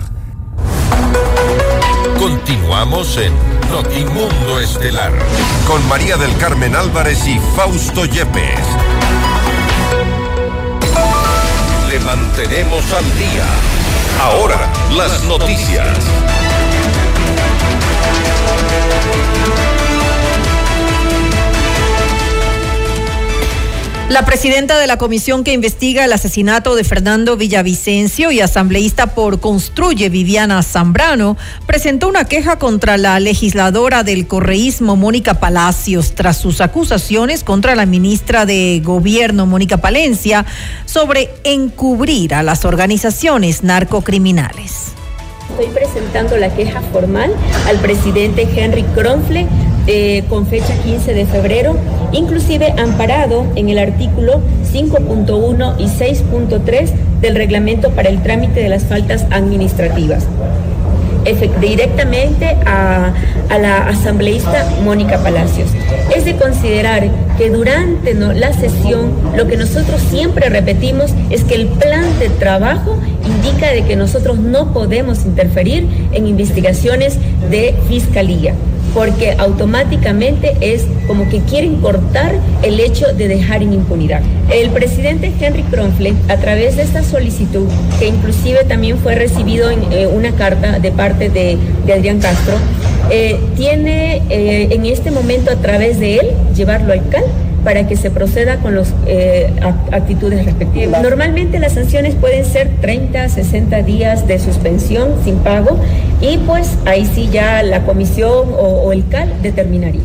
Continuamos en Notimundo Estelar con María del Carmen Álvarez y Fausto Yepes. Le mantenemos al día. Ahora, las noticias. La presidenta de la comisión que investiga el asesinato de Fernando Villavicencio y asambleísta por Construye, Viviana Zambrano, presentó una queja contra la legisladora del correísmo, Mónica Palacios, tras sus acusaciones contra la ministra de Gobierno, Mónica Palencia, sobre encubrir a las organizaciones narcocriminales. Estoy presentando la queja formal al presidente Henry Kronfle eh, con fecha quince de febrero, inclusive amparado en el artículo cinco punto uno y seis punto tres del reglamento para el trámite de las faltas administrativas. Directamente a, a la asambleísta Mónica Palacios. Es de considerar que durante ¿no? la sesión lo que nosotros siempre repetimos es que el plan de trabajo indica de que nosotros no podemos interferir en investigaciones de fiscalía, porque automáticamente es como que quieren cortar el hecho de dejar en impunidad. El presidente Henry Kronfle, a través de esta solicitud, que inclusive también fue recibido en eh, una carta de parte de, de Adrián Castro, eh, tiene eh, en este momento a través de él llevarlo al C A L para que se proceda con las eh, actitudes respectivas. Normalmente las sanciones pueden ser treinta, sesenta días de suspensión sin pago y pues ahí sí ya la comisión o, o el C A L determinaría.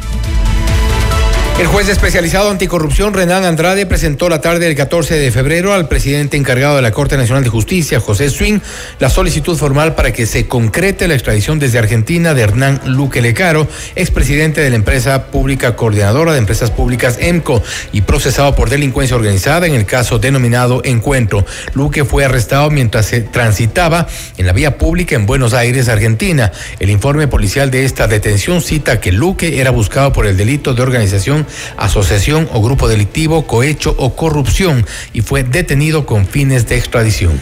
El juez especializado anticorrupción Renan Andrade presentó la tarde del catorce de febrero al presidente encargado de la Corte Nacional de Justicia, José Swing, la solicitud formal para que se concrete la extradición desde Argentina de Hernán Luque Lecaro, expresidente de la empresa pública Coordinadora de Empresas Públicas EMCO y procesado por delincuencia organizada en el caso denominado Encuentro. Luque fue arrestado mientras se transitaba en la vía pública en Buenos Aires, Argentina. El informe policial de esta detención cita que Luque era buscado por el delito de organización, asociación o grupo delictivo, cohecho o corrupción y fue detenido con fines de extradición.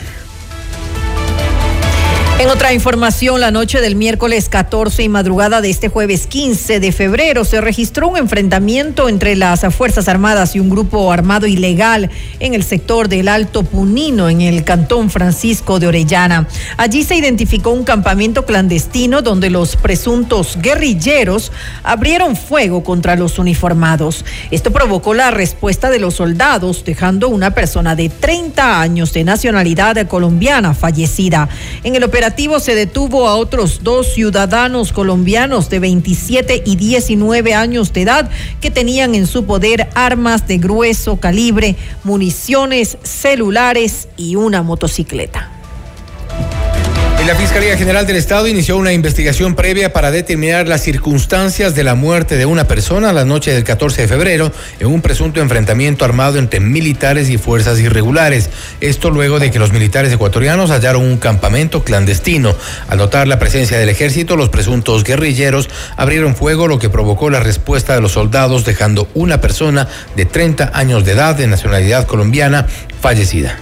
En otra información, la noche del miércoles catorce y madrugada de este jueves quince de febrero se registró un enfrentamiento entre las Fuerzas Armadas y un grupo armado ilegal en el sector del Alto Punino, en el cantón Francisco de Orellana. Allí se identificó un campamento clandestino donde los presuntos guerrilleros abrieron fuego contra los uniformados. Esto provocó la respuesta de los soldados, dejando una persona de treinta años de nacionalidad colombiana fallecida. En el operativo se detuvo a otros dos ciudadanos colombianos de veintisiete y diecinueve años de edad que tenían en su poder armas de grueso calibre, municiones, celulares y una motocicleta. La Fiscalía General del Estado inició una investigación previa para determinar las circunstancias de la muerte de una persona la noche del catorce de febrero en un presunto enfrentamiento armado entre militares y fuerzas irregulares. Esto luego de que los militares ecuatorianos hallaron un campamento clandestino. Al notar la presencia del ejército, los presuntos guerrilleros abrieron fuego, lo que provocó la respuesta de los soldados, dejando una persona de treinta años de edad de nacionalidad colombiana fallecida.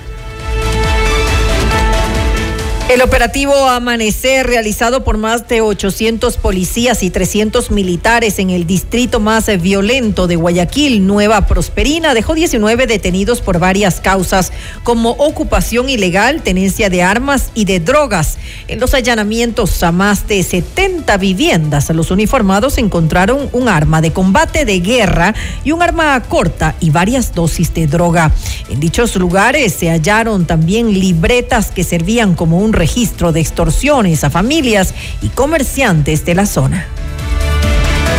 El operativo Amanecer, realizado por más de ochocientos policías y trescientos militares en el distrito más violento de Guayaquil, Nueva Prosperina, dejó diecinueve detenidos por varias causas, como ocupación ilegal, tenencia de armas y de drogas. En los allanamientos a más de setenta viviendas, los uniformados encontraron un arma de combate de guerra y un arma corta y varias dosis de droga. En dichos lugares se hallaron también libretas que servían como un registro de extorsiones a familias y comerciantes de la zona.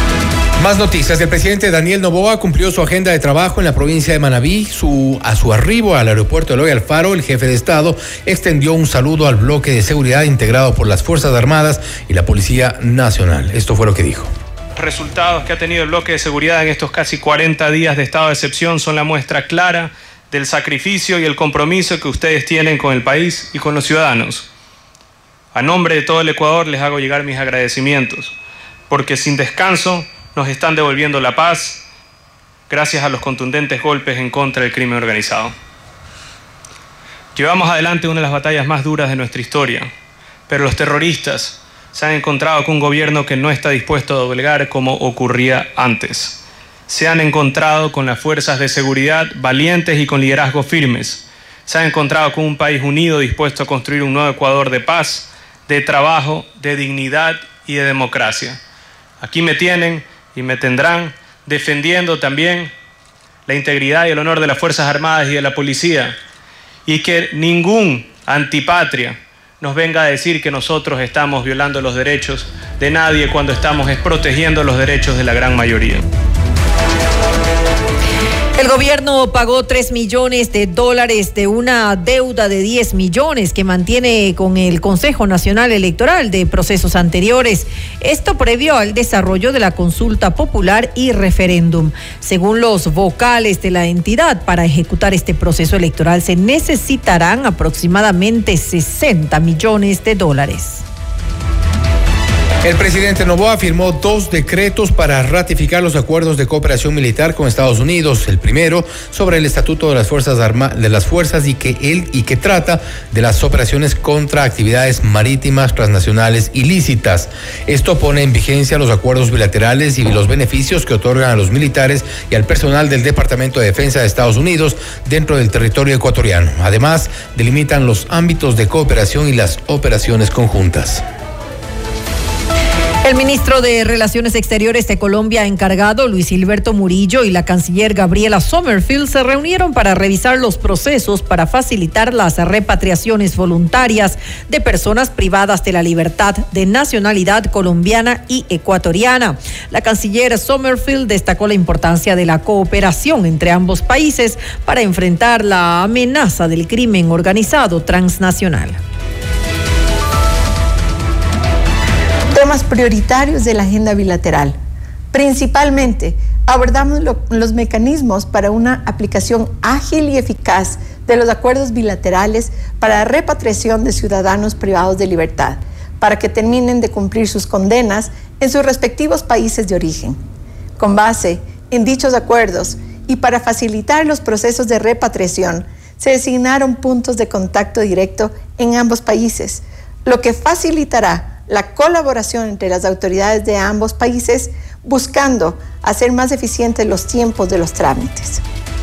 Más noticias. El presidente Daniel Noboa cumplió su agenda de trabajo en la provincia de Manabí. Su, a su arribo al aeropuerto Eloy Alfaro, el jefe de Estado extendió un saludo al bloque de seguridad integrado por las Fuerzas Armadas y la Policía Nacional. Esto fue lo que dijo. Los resultados que ha tenido el bloque de seguridad en estos casi cuarenta días de estado de excepción son la muestra clara del sacrificio y el compromiso que ustedes tienen con el país y con los ciudadanos. A nombre de todo el Ecuador les hago llegar mis agradecimientos, porque sin descanso nos están devolviendo la paz gracias a los contundentes golpes en contra del crimen organizado. Llevamos adelante una de las batallas más duras de nuestra historia, pero los terroristas se han encontrado con un gobierno que no está dispuesto a doblegar como ocurría antes. Se han encontrado con las fuerzas de seguridad valientes y con liderazgos firmes. Se han encontrado con un país unido dispuesto a construir un nuevo Ecuador de paz, de trabajo, de dignidad y de democracia. Aquí me tienen y me tendrán defendiendo también la integridad y el honor de las Fuerzas Armadas y de la Policía, y que ningún antipatria nos venga a decir que nosotros estamos violando los derechos de nadie cuando estamos protegiendo los derechos de la gran mayoría. El gobierno pagó tres millones de dólares de una deuda de diez millones que mantiene con el Consejo Nacional Electoral de procesos anteriores. Esto previo al desarrollo de la consulta popular y referéndum. Según los vocales de la entidad, para ejecutar este proceso electoral se necesitarán aproximadamente sesenta millones de dólares. El presidente Noboa firmó dos decretos para ratificar los acuerdos de cooperación militar con Estados Unidos. El primero sobre el estatuto de las fuerzas armadas de las fuerzas y que él y que trata de las operaciones contra actividades marítimas transnacionales ilícitas. Esto pone en vigencia los acuerdos bilaterales y los beneficios que otorgan a los militares y al personal del Departamento de Defensa de Estados Unidos dentro del territorio ecuatoriano. Además, delimitan los ámbitos de cooperación y las operaciones conjuntas. El ministro de Relaciones Exteriores de Colombia encargado, Luis Gilberto Murillo, y la canciller Gabriela Sommerfield se reunieron para revisar los procesos para facilitar las repatriaciones voluntarias de personas privadas de la libertad de nacionalidad colombiana y ecuatoriana. La canciller Sommerfield destacó la importancia de la cooperación entre ambos países para enfrentar la amenaza del crimen organizado transnacional. Temas prioritarios de la agenda bilateral. Principalmente, abordamos lo, los mecanismos para una aplicación ágil y eficaz de los acuerdos bilaterales para la repatriación de ciudadanos privados de libertad, para que terminen de cumplir sus condenas en sus respectivos países de origen. Con base en dichos acuerdos y para facilitar los procesos de repatriación, se designaron puntos de contacto directo en ambos países, lo que facilitará la colaboración entre las autoridades de ambos países, buscando hacer más eficientes los tiempos de los trámites.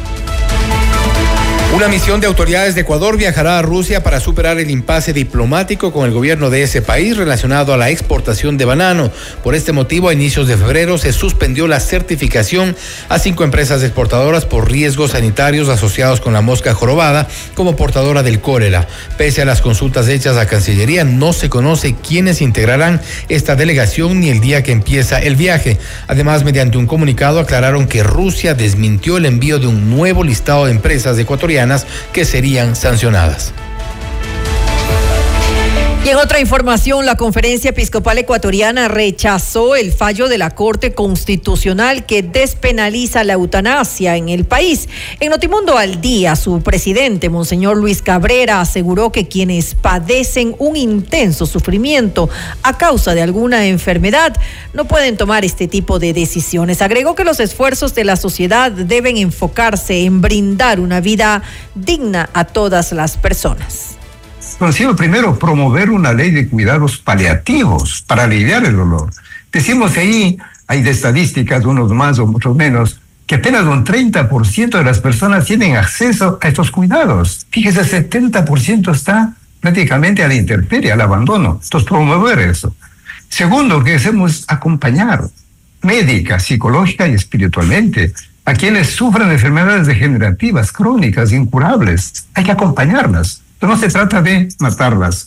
Una misión de autoridades de Ecuador viajará a Rusia para superar el impasse diplomático con el gobierno de ese país relacionado a la exportación de banano. Por este motivo, a inicios de febrero se suspendió la certificación a cinco empresas exportadoras por riesgos sanitarios asociados con la mosca jorobada como portadora del cólera. Pese a las consultas hechas a Cancillería, no se conoce quiénes integrarán esta delegación ni el día que empieza el viaje. Además, mediante un comunicado aclararon que Rusia desmintió el envío de un nuevo listado de empresas ecuatorianas que serían sancionadas. Y en otra información, la Conferencia Episcopal Ecuatoriana rechazó el fallo de la Corte Constitucional que despenaliza la eutanasia en el país. En Notimundo al Día, su presidente, Monseñor Luis Cabrera, aseguró que quienes padecen un intenso sufrimiento a causa de alguna enfermedad no pueden tomar este tipo de decisiones. Agregó que los esfuerzos de la sociedad deben enfocarse en brindar una vida digna a todas las personas. Considero primero promover una ley de cuidados paliativos para aliviar el dolor. Decimos ahí, hay de estadísticas, unos más o muchos menos, que apenas un treinta por ciento de las personas tienen acceso a estos cuidados. Fíjese, el setenta por ciento está prácticamente a la intemperie, al abandono. Entonces, promover eso. Segundo, que hacemos acompañar médica, psicológica y espiritualmente a quienes sufren enfermedades degenerativas, crónicas, incurables. Hay que acompañarlas. No se trata de matarlas.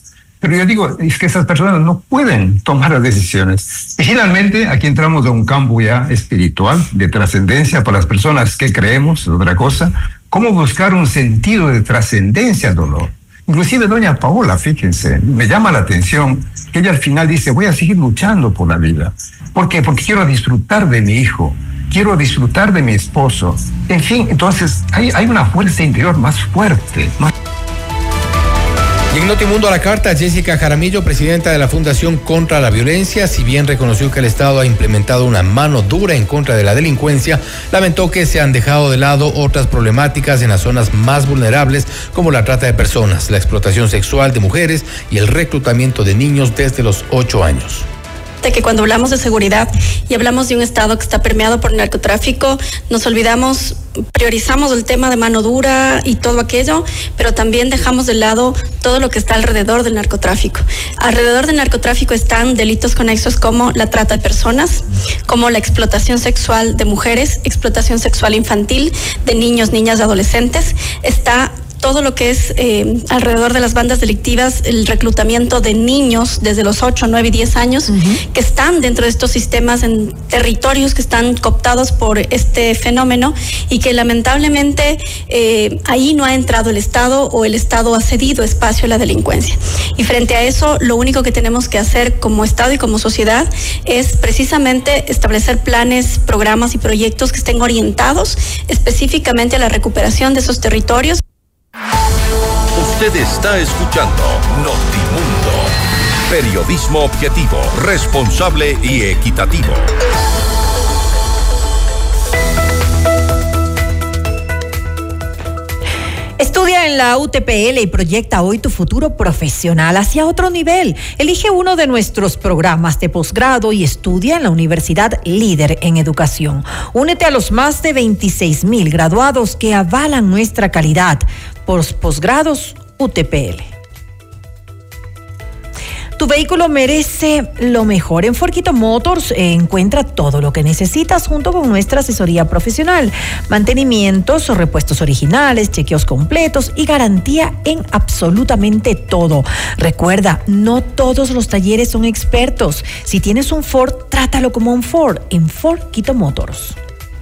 Pero yo digo, es que esas personas no pueden tomar las decisiones. Y finalmente, aquí entramos a un campo ya espiritual, de trascendencia para las personas que creemos, otra cosa. ¿Cómo buscar un sentido de trascendencia al dolor? Inclusive doña Paola, fíjense, me llama la atención que ella al final dice, voy a seguir luchando por la vida. ¿Por qué? Porque quiero disfrutar de mi hijo, quiero disfrutar de mi esposo. En fin, entonces hay, hay una fuerza interior más fuerte, más... Y en Notimundo a la carta, Jessica Jaramillo, presidenta de la Fundación Contra la Violencia, si bien reconoció que el Estado ha implementado una mano dura en contra de la delincuencia, lamentó que se han dejado de lado otras problemáticas en las zonas más vulnerables, como la trata de personas, la explotación sexual de mujeres y el reclutamiento de niños desde los ocho años. Que cuando hablamos de seguridad y hablamos de un Estado que está permeado por el narcotráfico, nos olvidamos, priorizamos el tema de mano dura y todo aquello, pero también dejamos de lado todo lo que está alrededor del narcotráfico. Alrededor del narcotráfico están delitos conexos como la trata de personas, como la explotación sexual de mujeres, explotación sexual infantil de niños, niñas y adolescentes. Está todo lo que es eh, alrededor de las bandas delictivas, el reclutamiento de niños desde los ocho, nueve y diez años, uh-huh, que están dentro de estos sistemas en territorios que están cooptados por este fenómeno y que lamentablemente eh, ahí no ha entrado el Estado o el Estado ha cedido espacio a la delincuencia. Y frente a eso, lo único que tenemos que hacer como Estado y como sociedad es precisamente establecer planes, programas y proyectos que estén orientados específicamente a la recuperación de esos territorios. Usted está escuchando Notimundo. Periodismo objetivo, responsable y equitativo. Estudia en la U T P L y proyecta hoy tu futuro profesional hacia otro nivel. Elige uno de nuestros programas de posgrado y estudia en la Universidad Líder en Educación. Únete a los más de veintiséis mil graduados que avalan nuestra calidad. Por posgrados U T P L. Tu vehículo merece lo mejor. En Forquito Motors eh, encuentra todo lo que necesitas junto con nuestra asesoría profesional. Mantenimientos o repuestos originales, chequeos completos y garantía en absolutamente todo. Recuerda, no todos los talleres son expertos. Si tienes un Ford, trátalo como un Ford en Forquito Motors.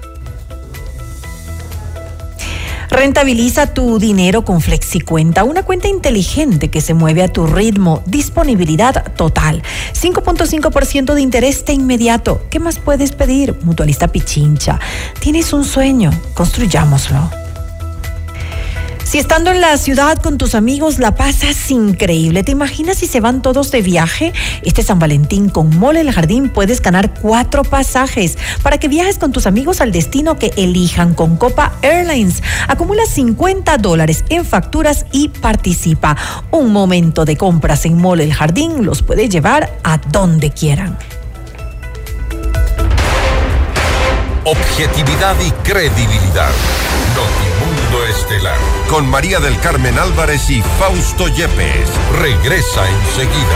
Rentabiliza tu dinero con FlexiCuenta, una cuenta inteligente que se mueve a tu ritmo. Disponibilidad total. cinco punto cinco por ciento de interés de inmediato. ¿Qué más puedes pedir? Mutualista Pichincha. ¿Tienes un sueño? Construyámoslo. Si estando en la ciudad con tus amigos la pasas increíble, ¿te imaginas si se van todos de viaje? Este San Valentín con Mole El Jardín puedes ganar cuatro pasajes para que viajes con tus amigos al destino que elijan con Copa Airlines. Acumula cincuenta dólares en facturas y participa. Un momento de compras en Mole El Jardín los puede llevar a donde quieran. Objetividad y credibilidad. Notimundo Estelar. Con María del Carmen Álvarez y Fausto Yepes. Regresa enseguida.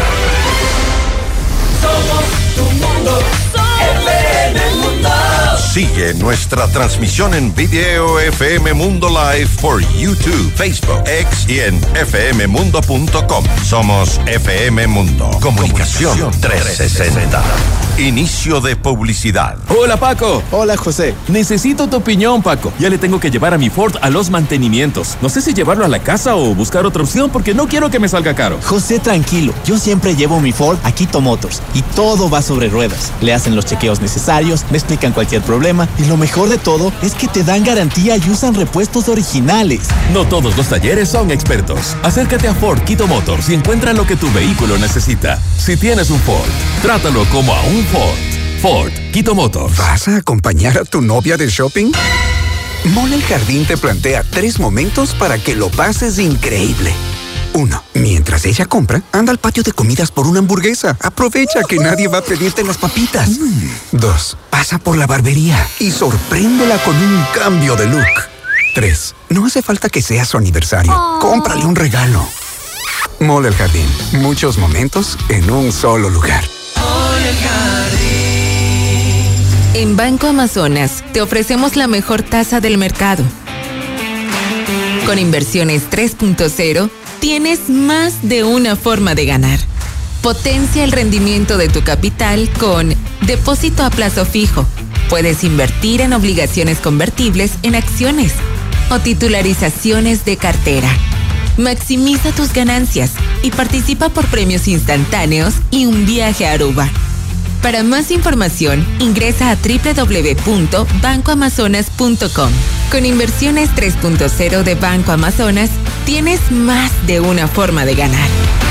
Somos tu mundo. F M Mundo. Sigue nuestra transmisión en video F M Mundo Live por YouTube, Facebook, X y en f m mundo punto com. Somos F M Mundo. Comunicación trescientos sesenta. Inicio de publicidad. Hola, Paco. Hola, José. Necesito tu opinión, Paco. Ya le tengo que llevar a mi Ford a los mantenimientos. No sé si llevarlo a la casa o buscar otra opción porque no quiero que me salga caro. José, tranquilo. Yo siempre llevo mi Ford a Quito Motors y todo va sobre ruedas. Le hacen los chequeos necesarios, me explican cualquier problema y lo mejor de todo es que te dan garantía y usan repuestos originales. No todos los talleres son expertos. Acércate a Ford Quito Motors y encuentra lo que tu vehículo necesita. Si tienes un Ford, trátalo como a un Ford. Ford Quito Motors. ¿Vas a acompañar a tu novia de shopping? Mole El Jardín te plantea tres momentos para que lo pases increíble. Uno, mientras ella compra, anda al patio de comidas por una hamburguesa. Aprovecha que nadie va a pedirte las papitas. Mm. Dos, pasa por la barbería y sorpréndela con un cambio de look. Tres, no hace falta que sea su aniversario. Oh. Cómprale un regalo. Mole El Jardín, muchos momentos en un solo lugar. Mole El Jardín. En Banco Amazonas te ofrecemos la mejor tasa del mercado. Con inversiones tres punto cero, tienes más de una forma de ganar. Potencia el rendimiento de tu capital con depósito a plazo fijo. Puedes invertir en obligaciones convertibles en acciones o titularizaciones de cartera. Maximiza tus ganancias y participa por premios instantáneos y un viaje a Aruba. Para más información, ingresa a doble u doble u doble u punto banco amazonas punto com. Con Inversiones tres punto cero de Banco Amazonas, tienes más de una forma de ganar.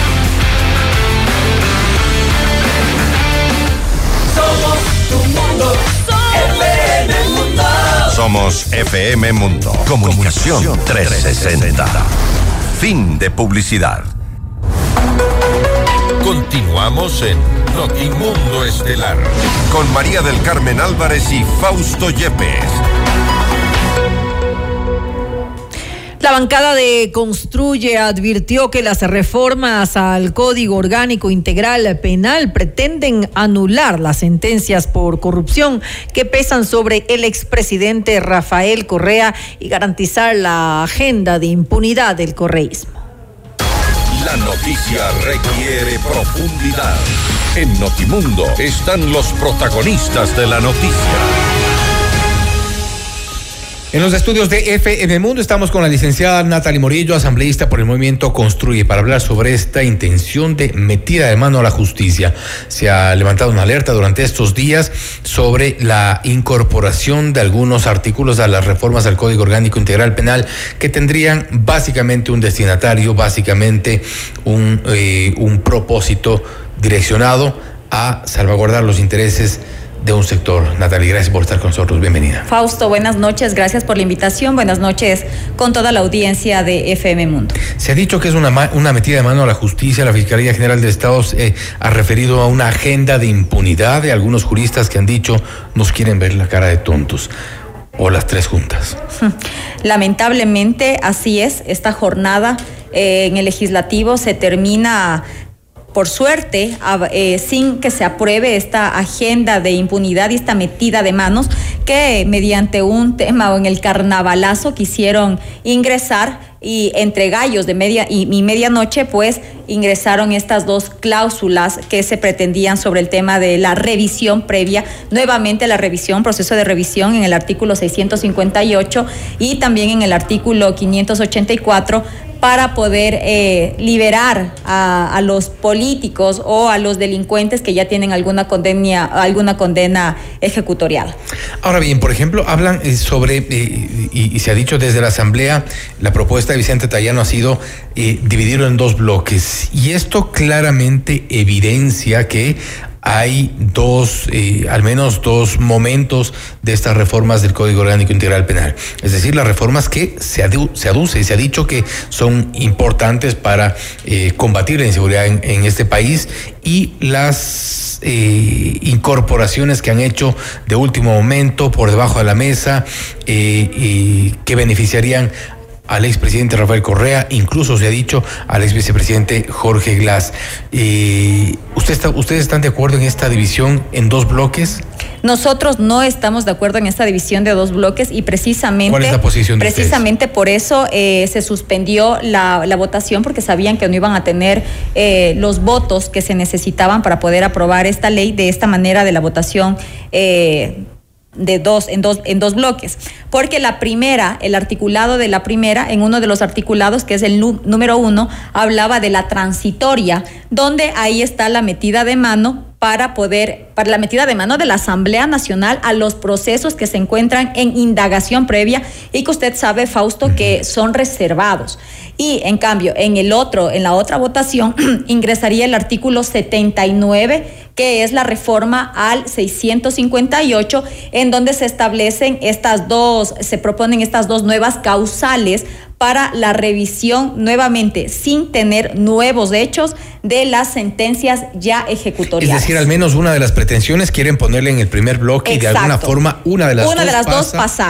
Somos tu mundo, F M Mundo. Somos F M Mundo. Comunicación trescientos sesenta. Fin de publicidad. Continuamos en Notimundo Estelar con María del Carmen Álvarez y Fausto Yepes. La bancada de Construye advirtió que las reformas al Código Orgánico Integral Penal pretenden anular las sentencias por corrupción que pesan sobre el expresidente Rafael Correa y garantizar la agenda de impunidad del correísmo. La noticia requiere profundidad. En Notimundo están los protagonistas de la noticia. En los estudios de F M Mundo estamos con la licenciada Natalie Morillo, asambleísta por el movimiento Construye, para hablar sobre esta intención de metida de mano a la justicia. Se ha levantado una alerta durante estos días sobre la incorporación de algunos artículos a las reformas al Código Orgánico Integral Penal que tendrían básicamente un destinatario, básicamente un, eh, un propósito direccionado a salvaguardar los intereses de un sector. Natalie, gracias por estar con nosotros. Bienvenida. Fausto, buenas noches. Gracias por la invitación. Buenas noches con toda la audiencia de F M Mundo. Se ha dicho que es una, una metida de mano a la justicia. La Fiscalía General de Estado eh, ha referido a una agenda de impunidad de algunos juristas que han dicho nos quieren ver la cara de tontos. O las tres juntas. Lamentablemente así es. Esta jornada eh, en el legislativo se termina, por suerte, eh, sin que se apruebe esta agenda de impunidad y esta metida de manos que mediante un tema o en el carnavalazo quisieron ingresar, y entre gallos de media y, y medianoche pues ingresaron estas dos cláusulas que se pretendían sobre el tema de la revisión previa, nuevamente la revisión, proceso de revisión en el artículo seiscientos cincuenta y ocho y también en el artículo quinientos ochenta y cuatro, para poder eh, liberar a, a los políticos o a los delincuentes que ya tienen alguna condena, alguna condena ejecutorial. Ahora bien, por ejemplo, hablan eh, sobre, eh, y, y se ha dicho desde la Asamblea, la propuesta de Vicente Tayano ha sido eh, dividirlo en dos bloques, y esto claramente evidencia que hay dos, eh, al menos dos momentos de estas reformas del Código Orgánico Integral Penal. Es decir, las reformas que se, adu se aduce y se ha dicho que son importantes para eh, combatir la inseguridad en, en este país, y las eh, incorporaciones que han hecho de último momento por debajo de la mesa eh, y que beneficiarían al expresidente Rafael Correa, incluso se ha dicho al exvicepresidente Jorge Glass. Eh, ¿usted está, ¿Ustedes están de acuerdo en esta división en dos bloques? Nosotros no estamos de acuerdo en esta división de dos bloques, y precisamente, ¿cuál es la posición de precisamente ustedes? Por eso eh, se suspendió la, la votación, porque sabían que no iban a tener eh, los votos que se necesitaban para poder aprobar esta ley de esta manera, de la votación eh, de dos en dos en dos bloques, porque la primera, el articulado de la primera, en uno de los articulados, que es el número uno, hablaba de la transitoria, donde ahí está la metida de mano para poder, para la metida de mano de la Asamblea Nacional a los procesos que se encuentran en indagación previa y que usted sabe, Fausto, que son reservados. Y en cambio, en el otro, en la otra votación, ingresaría el artículo setenta y nueve, que es la reforma al seiscientos cincuenta y ocho, en donde se establecen estas dos, se proponen estas dos nuevas causales para la revisión, nuevamente sin tener nuevos hechos, de las sentencias ya ejecutoriadas. Es decir, al menos una de las pretensiones quieren ponerle en el primer bloque. Exacto. Y de alguna forma una de las una dos de las pasa. dos pasar.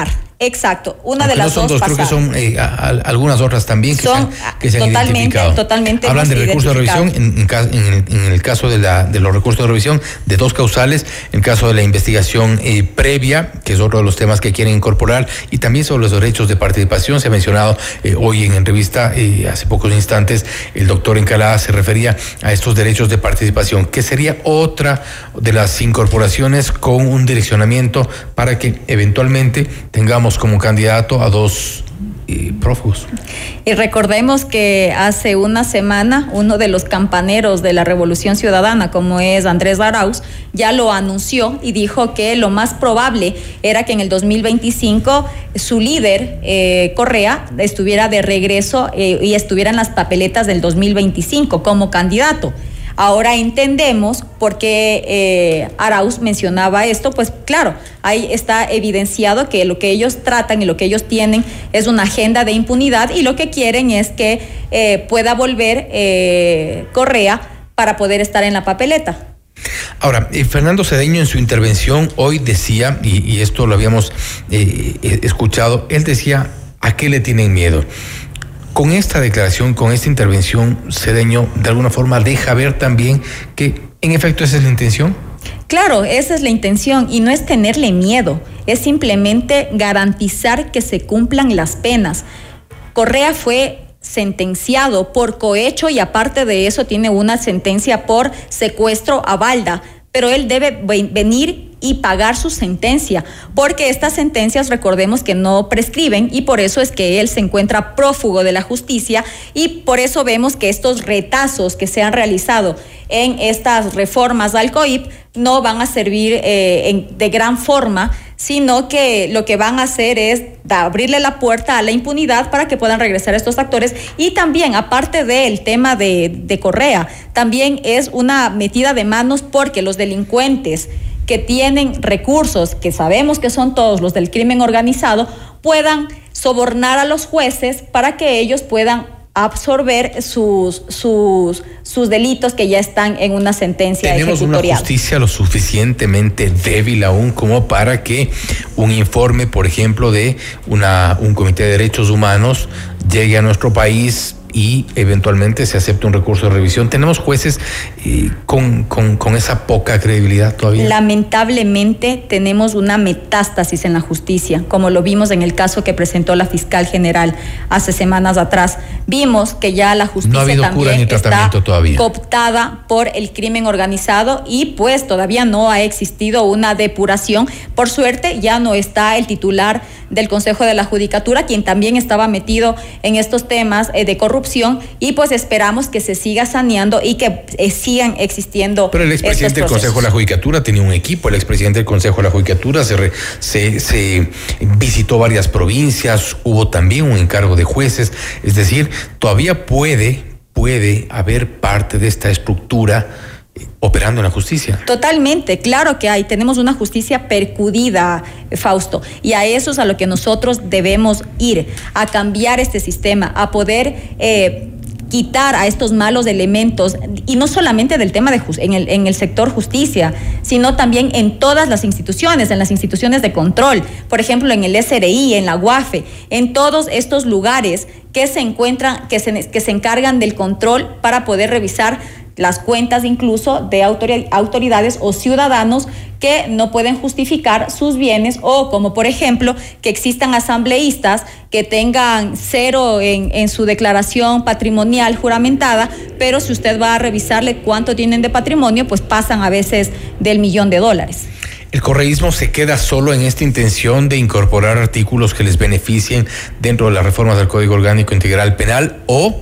Exacto, una Aunque de las no son dos, dos creo que son eh, a, a, algunas otras también que son se han, que se han totalmente, identificado. totalmente Hablan de recursos de revisión, en, en, en, el, en el caso de, la, de los recursos de revisión, de dos causales, en el caso de la investigación eh, previa, que es otro de los temas que quieren incorporar, y también sobre los derechos de participación. Se ha mencionado eh, hoy en entrevista, eh, hace pocos instantes, el doctor Encalada se refería a estos derechos de participación, que sería otra de las incorporaciones con un direccionamiento para que eventualmente tengamos como candidato a dos eh, prófugos. Y recordemos que hace una semana uno de los campaneros de la Revolución Ciudadana, como es Andrés Arauz, ya lo anunció y dijo que lo más probable era que en el dos mil veinticinco su líder, eh, Correa, estuviera de regreso eh, y estuviera en las papeletas del dos mil veinticinco como candidato. Ahora entendemos por qué eh, Arauz mencionaba esto, pues claro, ahí está evidenciado que lo que ellos tratan y lo que ellos tienen es una agenda de impunidad y lo que quieren es que eh, pueda volver eh, Correa para poder estar en la papeleta. Ahora, eh, Fernando Cedeño en su intervención hoy decía, y, y esto lo habíamos eh, escuchado, él decía, ¿a qué le tienen miedo? Con esta declaración, con esta intervención, Cedeño de alguna forma deja ver también que en efecto esa es la intención. Claro, esa es la intención y no es tenerle miedo, es simplemente garantizar que se cumplan las penas. Correa fue sentenciado por cohecho y aparte de eso tiene una sentencia por secuestro a balda, pero él debe venir y pagar su sentencia, porque estas sentencias recordemos que no prescriben y por eso es que él se encuentra prófugo de la justicia y por eso vemos que estos retazos que se han realizado en estas reformas al C O I P no van a servir eh, en, de gran forma, sino que lo que van a hacer es abrirle la puerta a la impunidad para que puedan regresar estos actores y también, aparte del tema de, de Correa, también es una metida de manos porque los delincuentes que tienen recursos, que sabemos que son todos los del crimen organizado, puedan sobornar a los jueces para que ellos puedan absorber sus, sus, sus delitos que ya están en una sentencia ejecutorial. Tenemos una justicia lo suficientemente débil aún como para que un informe, por ejemplo, de una, un comité de derechos humanos llegue a nuestro país y eventualmente se acepta un recurso de revisión. Tenemos jueces eh, con, con, con esa poca credibilidad todavía. Lamentablemente tenemos una metástasis en la justicia, como lo vimos en el caso que presentó la fiscal general hace semanas atrás. Vimos que ya la justicia no ha habido también cura ni tratamiento está todavía cooptada por el crimen organizado y pues todavía no ha existido una depuración. Por suerte ya no está el titular del Consejo de la Judicatura, quien también estaba metido en estos temas eh, de corrupción y pues esperamos que se siga saneando y que eh, sigan existiendo. Pero el expresidente del Consejo de la Judicatura tenía un equipo, el expresidente del Consejo de la Judicatura se, re, se, se visitó varias provincias, hubo también un encargo de jueces, es decir, todavía puede, puede haber parte de esta estructura operando en la justicia. Totalmente, claro que hay, tenemos una justicia percudida, Fausto, y a eso es a lo que nosotros debemos ir, a cambiar este sistema, a poder eh, quitar a estos malos elementos, y no solamente del tema de en el, en el sector justicia, sino también en todas las instituciones, en las instituciones de control, por ejemplo, en el S R I, en la U A F E, en todos estos lugares que se encuentran, que se, que se encargan del control para poder revisar las cuentas incluso de autoridades o ciudadanos que no pueden justificar sus bienes o como por ejemplo que existan asambleístas que tengan cero en, en su declaración patrimonial juramentada, pero si usted va a revisarle cuánto tienen de patrimonio, pues pasan a veces del millón de dólares. ¿El correísmo se queda solo en esta intención de incorporar artículos que les beneficien dentro de las reformas del Código Orgánico Integral Penal o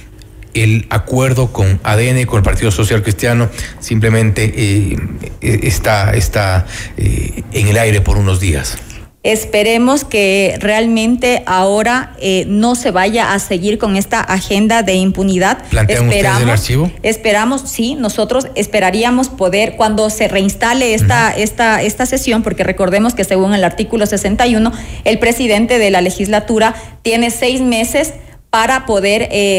el acuerdo con A D N, con el Partido Social Cristiano, simplemente eh, está, está eh, en el aire por unos días? Esperemos que realmente ahora eh, no se vaya a seguir con esta agenda de impunidad. ¿Plantean ustedes el archivo? Esperamos, sí, nosotros esperaríamos poder, cuando se reinstale esta, uh-huh. esta, esta sesión, porque recordemos que según el artículo sesenta y uno, el presidente de la legislatura tiene seis meses para poder eh,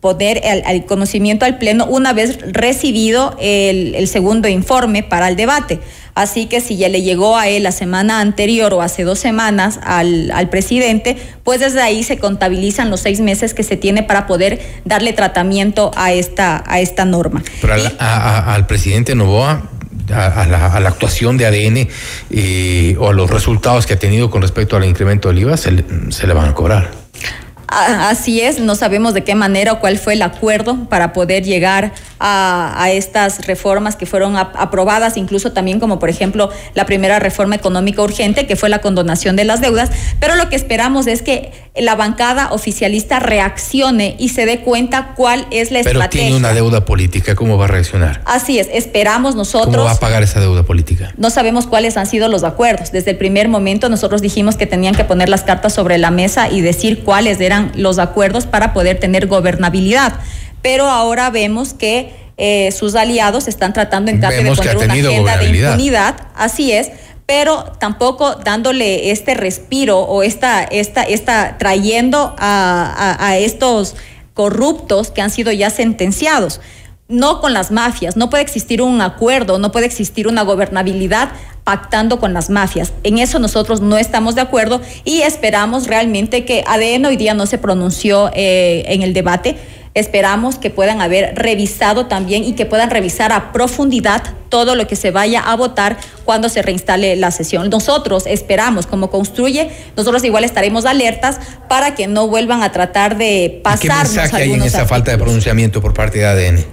poner al, al conocimiento al Pleno una vez recibido el, el segundo informe para el debate. Así que si ya le llegó a él la semana anterior o hace dos semanas al, al presidente, pues desde ahí se contabilizan los seis meses que se tiene para poder darle tratamiento a esta, a esta norma. Pero al, a, a, al presidente Noboa, a, a, la, a la actuación de A D N eh, o a los resultados que ha tenido con respecto al incremento del I V A, se le, se le van a cobrar. Así es, no sabemos de qué manera o cuál fue el acuerdo para poder llegar a, a estas reformas que fueron a, aprobadas, incluso también como por ejemplo la primera reforma económica urgente, que fue la condonación de las deudas, pero lo que esperamos es que la bancada oficialista reaccione y se dé cuenta cuál es la pero estrategia. Pero tiene una deuda política, ¿cómo va a reaccionar? Así es, esperamos nosotros. ¿Cómo va a pagar esa deuda política? No sabemos cuáles han sido los acuerdos. Desde el primer momento nosotros dijimos que tenían que poner las cartas sobre la mesa y decir cuáles eran los acuerdos para poder tener gobernabilidad, pero ahora vemos que eh, sus aliados están tratando en cambio de poner una agenda de impunidad, así es, pero tampoco dándole este respiro o esta, esta, esta trayendo a, a, a estos corruptos que han sido ya sentenciados. No con las mafias, no puede existir un acuerdo, no puede existir una gobernabilidad pactando con las mafias. En eso nosotros no estamos de acuerdo y esperamos realmente que A D N hoy día no se pronunció eh, en el debate. Esperamos que puedan haber revisado también y que puedan revisar a profundidad todo lo que se vaya a votar cuando se reinstale la sesión. Nosotros esperamos, como Construye, nosotros igual estaremos alertas para que no vuelvan a tratar de pasarnos. ¿Qué mensaje hay en esa falta de pronunciamiento por parte de A D N?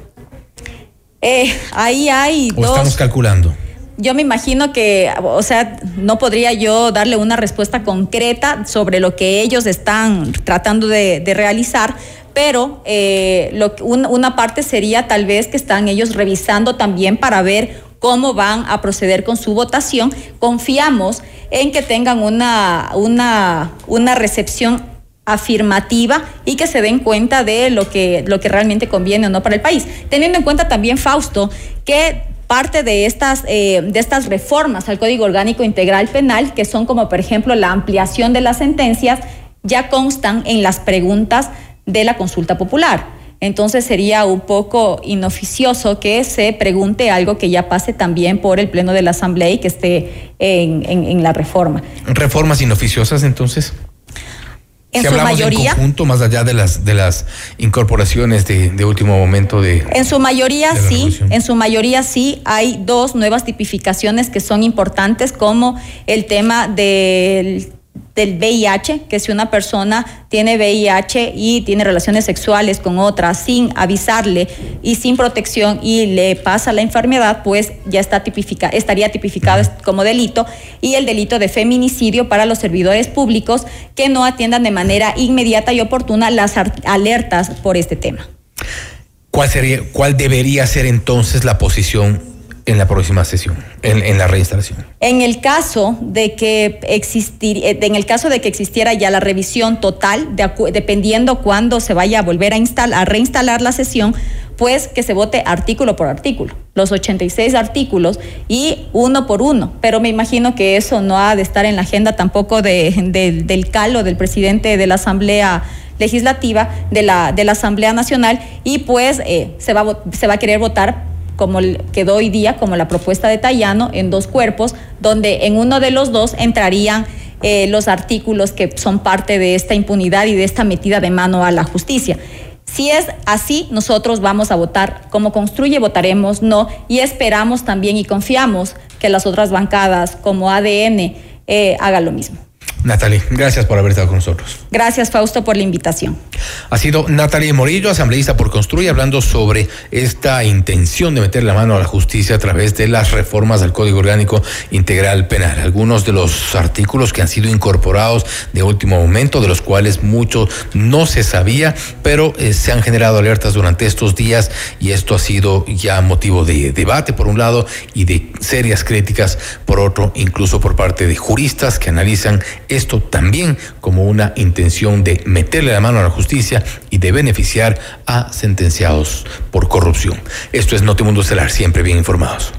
Eh, ahí hay ¿O dos. estamos calculando? Yo me imagino que, o sea, no podría yo darle una respuesta concreta sobre lo que ellos están tratando de, de realizar, pero eh, lo, un, una parte sería tal vez que están ellos revisando también para ver cómo van a proceder con su votación. Confiamos en que tengan una, una, una recepción afirmativa y que se den cuenta de lo que, lo que realmente conviene o no para el país. Teniendo en cuenta también, Fausto, que parte de estas, eh, de estas reformas al Código Orgánico Integral Penal, que son como por ejemplo la ampliación de las sentencias, ya constan en las preguntas de la consulta popular. Entonces sería un poco inoficioso que se pregunte algo que ya pase también por el Pleno de la Asamblea y que esté en, en, en la reforma. ¿Reformas inoficiosas entonces? En si su hablamos mayoría, en conjunto, más allá de las de las incorporaciones de, de último momento de en su mayoría de sí, revolución. en su mayoría sí hay dos nuevas tipificaciones que son importantes, como el tema del del V I H, que si una persona tiene V I H y tiene relaciones sexuales con otra sin avisarle y sin protección y le pasa la enfermedad, pues ya está tipifica, estaría tipificado como delito, y el delito de feminicidio para los servidores públicos que no atiendan de manera inmediata y oportuna las alertas por este tema. ¿Cuál sería, cuál debería ser entonces la posición en la próxima sesión, en, en la reinstalación? En el caso de que existir, en el caso de que existiera ya la revisión total, de acu- dependiendo cuándo se vaya a volver a, instal- a reinstalar la sesión, pues que se vote artículo por artículo, los ochenta y seis artículos y uno por uno. Pero me imagino que eso no ha de estar en la agenda tampoco de, de, del calo del presidente de la Asamblea Legislativa, de la, de la Asamblea Nacional, y pues eh, se va, se va a querer votar como quedó hoy día, como la propuesta de Tayano, en dos cuerpos, donde en uno de los dos entrarían eh, los artículos que son parte de esta impunidad y de esta metida de mano a la justicia. Si es así, nosotros vamos a votar como Construye, votaremos no, y esperamos también y confiamos que las otras bancadas como A D N eh, hagan lo mismo. Natalie, gracias por haber estado con nosotros. Gracias, Fausto, por la invitación. Ha sido Natalie Morillo, asambleísta por Construye, hablando sobre esta intención de meter la mano a la justicia a través de las reformas del Código Orgánico Integral Penal. Algunos de los artículos que han sido incorporados de último momento, de los cuales mucho no se sabía, pero eh, se han generado alertas durante estos días y esto ha sido ya motivo de debate por un lado y de serias críticas por otro, incluso por parte de juristas que analizan esto también como una intención de meterle la mano a la justicia y de beneficiar a sentenciados por corrupción. Esto es Notimundo Estelar, siempre bien informados.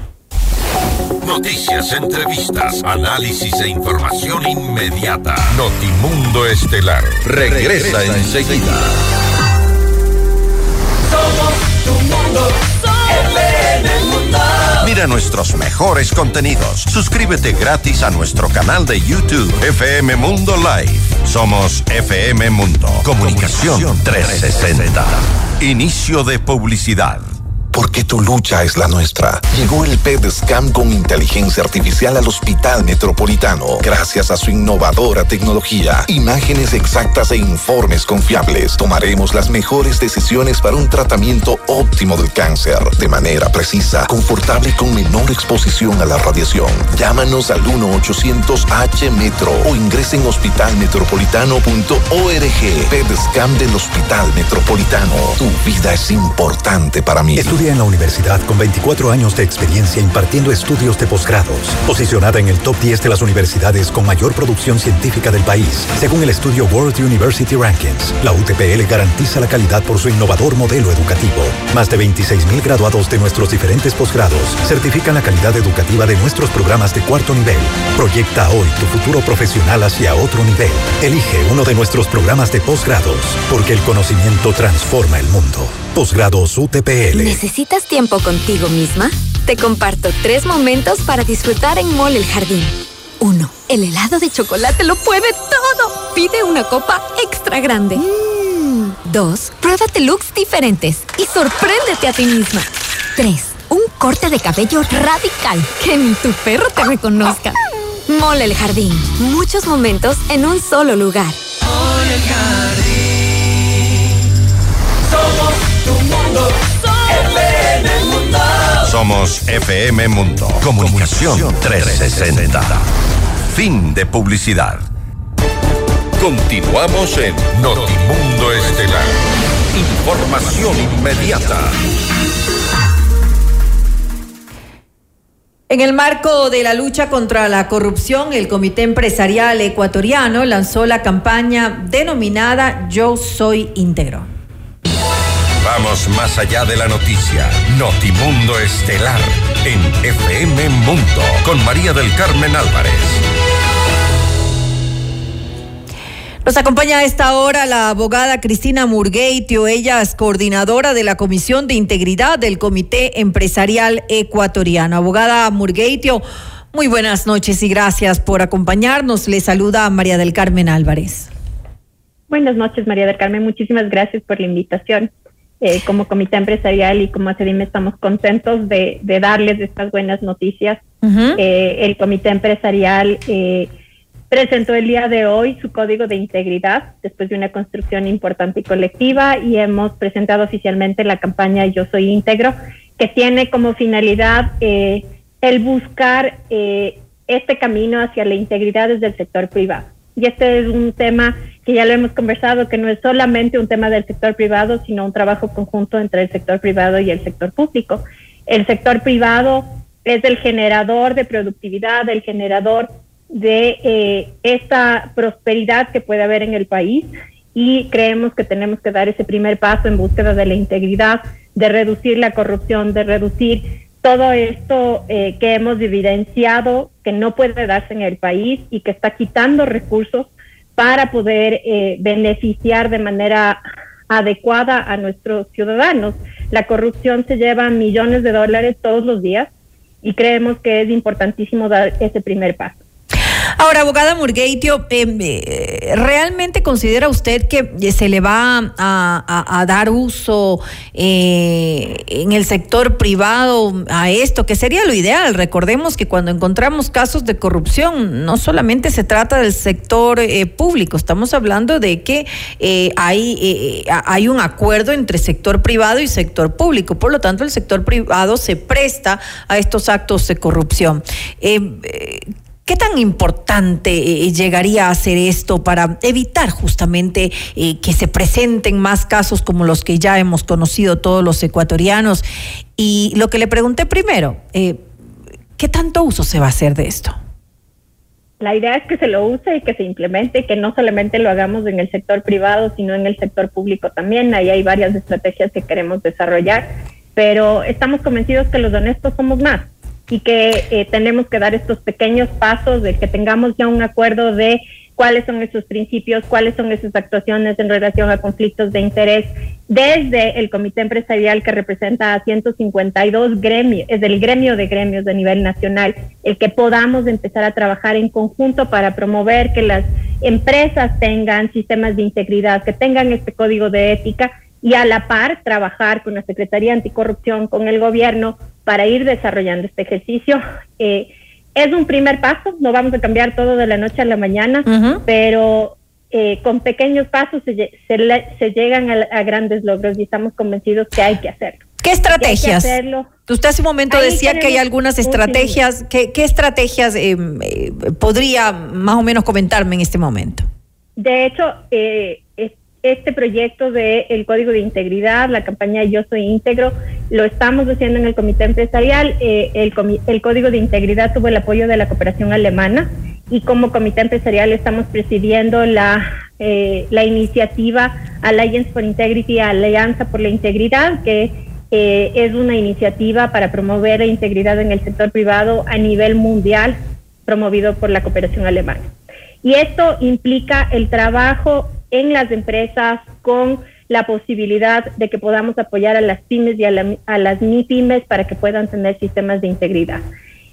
Noticias, entrevistas, análisis e información inmediata. inmediata. Notimundo Estelar regresa, regresa enseguida. enseguida. Notimundo Estelar. Notimundo Estelar. Notimundo Estelar. Notimundo Estelar. Notimundo Estelar. Notimundo Estelar. Notimundo Estelar. Notimundo Estelar. Notimundo Estelar. Regresa enseguida. Somos tu mundo, F M Mundo. Mira nuestros mejores contenidos. Suscríbete gratis a nuestro canal de YouTube, F M Mundo Live. Somos F M Mundo. Comunicación trescientos sesenta. Inicio de publicidad. Porque tu lucha es la nuestra. Llegó el P E D Scan con inteligencia artificial al Hospital Metropolitano. Gracias a su innovadora tecnología, imágenes exactas e informes confiables, tomaremos las mejores decisiones para un tratamiento óptimo del cáncer, de manera precisa, confortable y con menor exposición a la radiación. Llámanos al uno ochocientos H Metro o ingresa en hospital metropolitano punto org. P E D Scan del Hospital Metropolitano. Tu vida es importante para mí. Estudia en la universidad con veinticuatro años de experiencia impartiendo estudios de posgrados. Posicionada en el top diez de las universidades con mayor producción científica del país, según el estudio World University Rankings. La U T P L garantiza la calidad por su innovador modelo educativo. Más de veintiséis mil graduados de nuestros diferentes posgrados certifican la calidad educativa de nuestros programas de cuarto nivel. Proyecta hoy tu futuro profesional hacia otro nivel. Elige uno de nuestros programas de posgrados, porque el conocimiento transforma el mundo. Posgrados U T P L. ¿Necesitas tiempo contigo misma? Te comparto tres momentos para disfrutar en Mall El Jardín. Uno, el helado de chocolate lo puede todo. Pide una copa extra grande. Mm. Dos, pruébate looks diferentes y sorpréndete a ti misma. Tres, un corte de cabello radical que ni tu perro te reconozca. Mall El Jardín. Muchos momentos en un solo lugar. Mall El Jardín. Somos tu mundo, F M Mundo. Somos F M Mundo. Comunicación trescientos sesenta. Fin de publicidad. Continuamos en Notimundo Estelar. Información inmediata. En el marco de la lucha contra la corrupción, el Comité Empresarial Ecuatoriano lanzó la campaña denominada Yo Soy Íntegro. Vamos más allá de la noticia. Notimundo Estelar en F M Mundo con María del Carmen Álvarez. Nos acompaña a esta hora la abogada Cristina Murgueitio. Ella es coordinadora de la Comisión de Integridad del Comité Empresarial Ecuatoriano. Abogada Murgueitio, muy buenas noches y gracias por acompañarnos. Le saluda a María del Carmen Álvarez. Buenas noches, María del Carmen. Muchísimas gracias por la invitación. Eh, como Comité Empresarial y como ACEDIM estamos contentos de, de darles estas buenas noticias. Uh-huh. Eh, el Comité Empresarial eh, presentó el día de hoy su código de integridad después de una construcción importante y colectiva, y hemos presentado oficialmente la campaña Yo Soy Íntegro, que tiene como finalidad eh, el buscar eh, este camino hacia la integridad desde el sector privado. Y este es un tema que ya lo hemos conversado, que no es solamente un tema del sector privado, sino un trabajo conjunto entre el sector privado y el sector público. El sector privado es el generador de productividad, el generador de eh, esta prosperidad que puede haber en el país, y creemos que tenemos que dar ese primer paso en búsqueda de la integridad, de reducir la corrupción, de reducir todo esto eh, que hemos evidenciado que no puede darse en el país y que está quitando recursos para poder eh, beneficiar de manera adecuada a nuestros ciudadanos. La corrupción se lleva millones de dólares todos los días y creemos que es importantísimo dar ese primer paso. Ahora, abogada Murgueitio, eh, ¿realmente considera usted que se le va a, a, a dar uso eh, en el sector privado a esto, que sería lo ideal? Recordemos que cuando encontramos casos de corrupción, no solamente se trata del sector eh, público, estamos hablando de que eh, hay, eh, hay un acuerdo entre sector privado y sector público, por lo tanto el sector privado se presta a estos actos de corrupción. Eh, eh, ¿Qué tan importante eh, llegaría a ser esto para evitar justamente eh, que se presenten más casos como los que ya hemos conocido todos los ecuatorianos? Y lo que le pregunté primero, eh, ¿qué tanto uso se va a hacer de esto? La idea es que se lo use y que se implemente, y que no solamente lo hagamos en el sector privado, sino en el sector público también. Ahí hay varias estrategias que queremos desarrollar, pero estamos convencidos que los honestos somos más, y que eh, tenemos que dar estos pequeños pasos de que tengamos ya un acuerdo de cuáles son esos principios, cuáles son esas actuaciones en relación a conflictos de interés, desde el comité empresarial que representa a ciento cincuenta y dos gremios, es el gremio de gremios de nivel nacional, el que podamos empezar a trabajar en conjunto para promover que las empresas tengan sistemas de integridad, que tengan este código de ética, y a la par trabajar con la Secretaría Anticorrupción, con el gobierno, para ir desarrollando este ejercicio. Eh, es un primer paso, no vamos a cambiar todo de la noche a la mañana, uh-huh. pero eh, con pequeños pasos se, se, se llegan a, a grandes logros y estamos convencidos que hay que hacerlo. ¿Qué estrategias? Usted hace un momento Ahí decía que hay algunas estrategias. ¿Qué, qué estrategias eh, eh, podría más o menos comentarme en este momento? De hecho, eh, este proyecto del Código de Integridad, la campaña Yo Soy Íntegro, lo estamos haciendo en el Comité Empresarial. Eh, el, el Código de Integridad tuvo el apoyo de la cooperación alemana y como Comité Empresarial estamos presidiendo la, eh, la iniciativa Alliance for Integrity, Alianza por la Integridad, que eh, es una iniciativa para promover la integridad en el sector privado a nivel mundial, promovido por la cooperación alemana. Y esto implica el trabajo en las empresas con la posibilidad de que podamos apoyar a las pymes y a, la, a las MIPYMES para que puedan tener sistemas de integridad.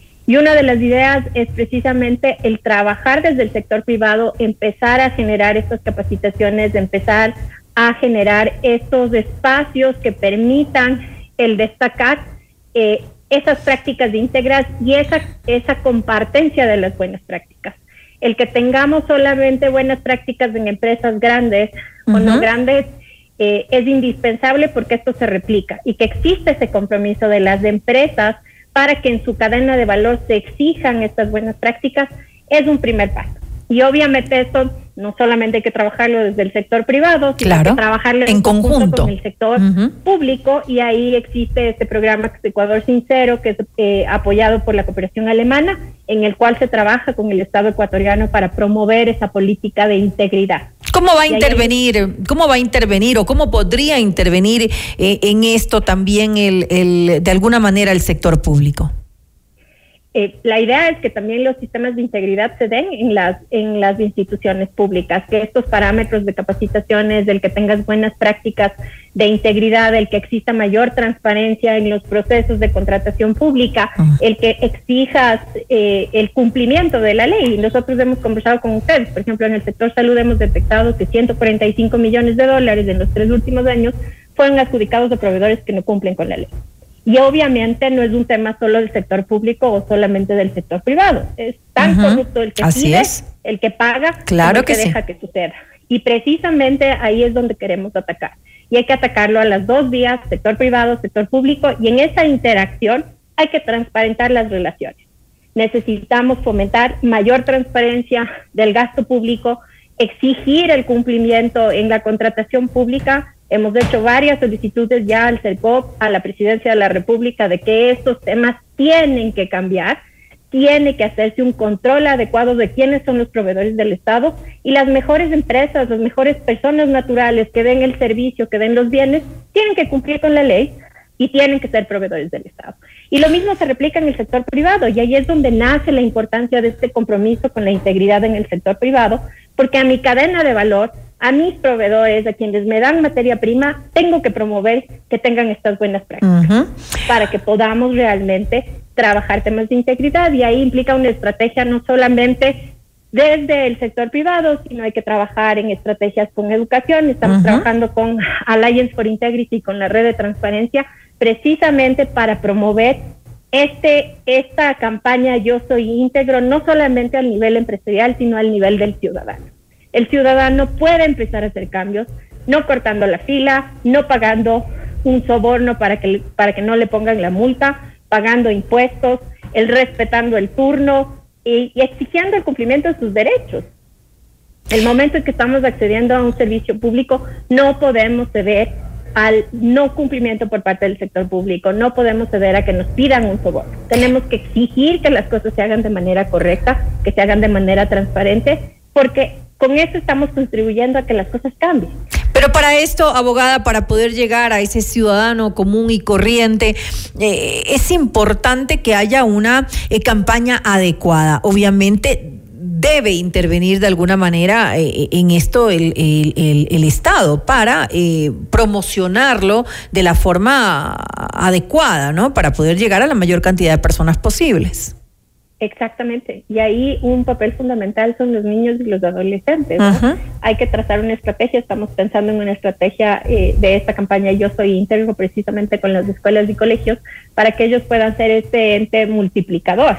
Y una de las ideas es precisamente el trabajar desde el sector privado, empezar a generar estas capacitaciones, empezar a generar estos espacios que permitan el destacar eh, esas prácticas íntegras y esa, esa compartencia de las buenas prácticas. El que tengamos solamente buenas prácticas en empresas grandes uh-huh. o no grandes eh, es indispensable porque esto se replica y que existe ese compromiso de las empresas para que en su cadena de valor se exijan estas buenas prácticas es un primer paso. Y obviamente esto no solamente hay que trabajarlo desde el sector privado, sino claro, que trabajarlo en, en conjunto con el sector uh-huh. público, y ahí existe este programa que es Ecuador Sincero, que es eh, apoyado por la cooperación alemana, en el cual se trabaja con el Estado ecuatoriano para promover esa política de integridad. ¿Cómo va a intervenir, hay... cómo va a intervenir o cómo podría intervenir eh, en esto también el, el, de alguna manera el sector público? Eh, la idea es que también los sistemas de integridad se den en las en las instituciones públicas, que estos parámetros de capacitaciones, del que tengas buenas prácticas de integridad, el que exista mayor transparencia en los procesos de contratación pública, uh-huh. el que exijas eh, el cumplimiento de la ley. Nosotros hemos conversado con ustedes, por ejemplo, en el sector salud hemos detectado que ciento cuarenta y cinco millones de dólares en los tres últimos años fueron adjudicados a proveedores que no cumplen con la ley. Y obviamente no es un tema solo del sector público o solamente del sector privado. Es tan uh-huh. corrupto el que Así pide, es. el que paga, claro como el que, que deja sí. que suceda. Y precisamente ahí es donde queremos atacar. Y hay que atacarlo a las dos vías, sector privado, sector público, y en esa interacción hay que transparentar las relaciones. Necesitamos fomentar mayor transparencia del gasto público, exigir el cumplimiento en la contratación pública. Hemos hecho varias solicitudes ya al CERCOP, a la Presidencia de la República, de que estos temas tienen que cambiar, tiene que hacerse un control adecuado de quiénes son los proveedores del Estado, y las mejores empresas, las mejores personas naturales que den el servicio, que den los bienes, tienen que cumplir con la ley y tienen que ser proveedores del Estado. Y lo mismo se replica en el sector privado, y ahí es donde nace la importancia de este compromiso con la integridad en el sector privado, porque a mi cadena de valor, a mis proveedores, a quienes me dan materia prima, tengo que promover que tengan estas buenas prácticas uh-huh. para que podamos realmente trabajar temas de integridad, y ahí implica una estrategia no solamente desde el sector privado, sino hay que trabajar en estrategias con educación. Estamos uh-huh. trabajando con Alliance for Integrity, con la red de transparencia, precisamente para promover este esta campaña Yo Soy Íntegro, no solamente al nivel empresarial, sino al nivel del ciudadano. El ciudadano puede empezar a hacer cambios, no cortando la fila, no pagando un soborno para que, para que no le pongan la multa, pagando impuestos, el respetando el turno y, y exigiendo el cumplimiento de sus derechos. El momento en que estamos accediendo a un servicio público, no podemos ceder al no cumplimiento por parte del sector público, no podemos ceder a que nos pidan un soborno. Tenemos que exigir que las cosas se hagan de manera correcta, que se hagan de manera transparente, porque con eso estamos contribuyendo a que las cosas cambien. Pero para esto, abogada, para poder llegar a ese ciudadano común y corriente, eh, es importante que haya una eh, campaña adecuada. Obviamente, debe intervenir de alguna manera eh, en esto el, el, el, el Estado para eh, promocionarlo de la forma adecuada, ¿no? Para poder llegar a la mayor cantidad de personas posibles. Exactamente, y ahí un papel fundamental son los niños y los adolescentes, ¿no? Uh-huh. Hay que trazar una estrategia, estamos pensando en una estrategia eh, de esta campaña Yo Soy Íntegro, precisamente con las escuelas y colegios, para que ellos puedan ser este ente multiplicador.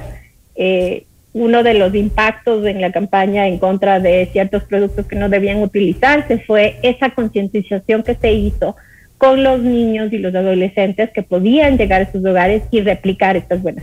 Eh, uno de los impactos en la campaña en contra de ciertos productos que no debían utilizarse fue esa concientización que se hizo con los niños y los adolescentes que podían llegar a sus hogares y replicar estas buenas.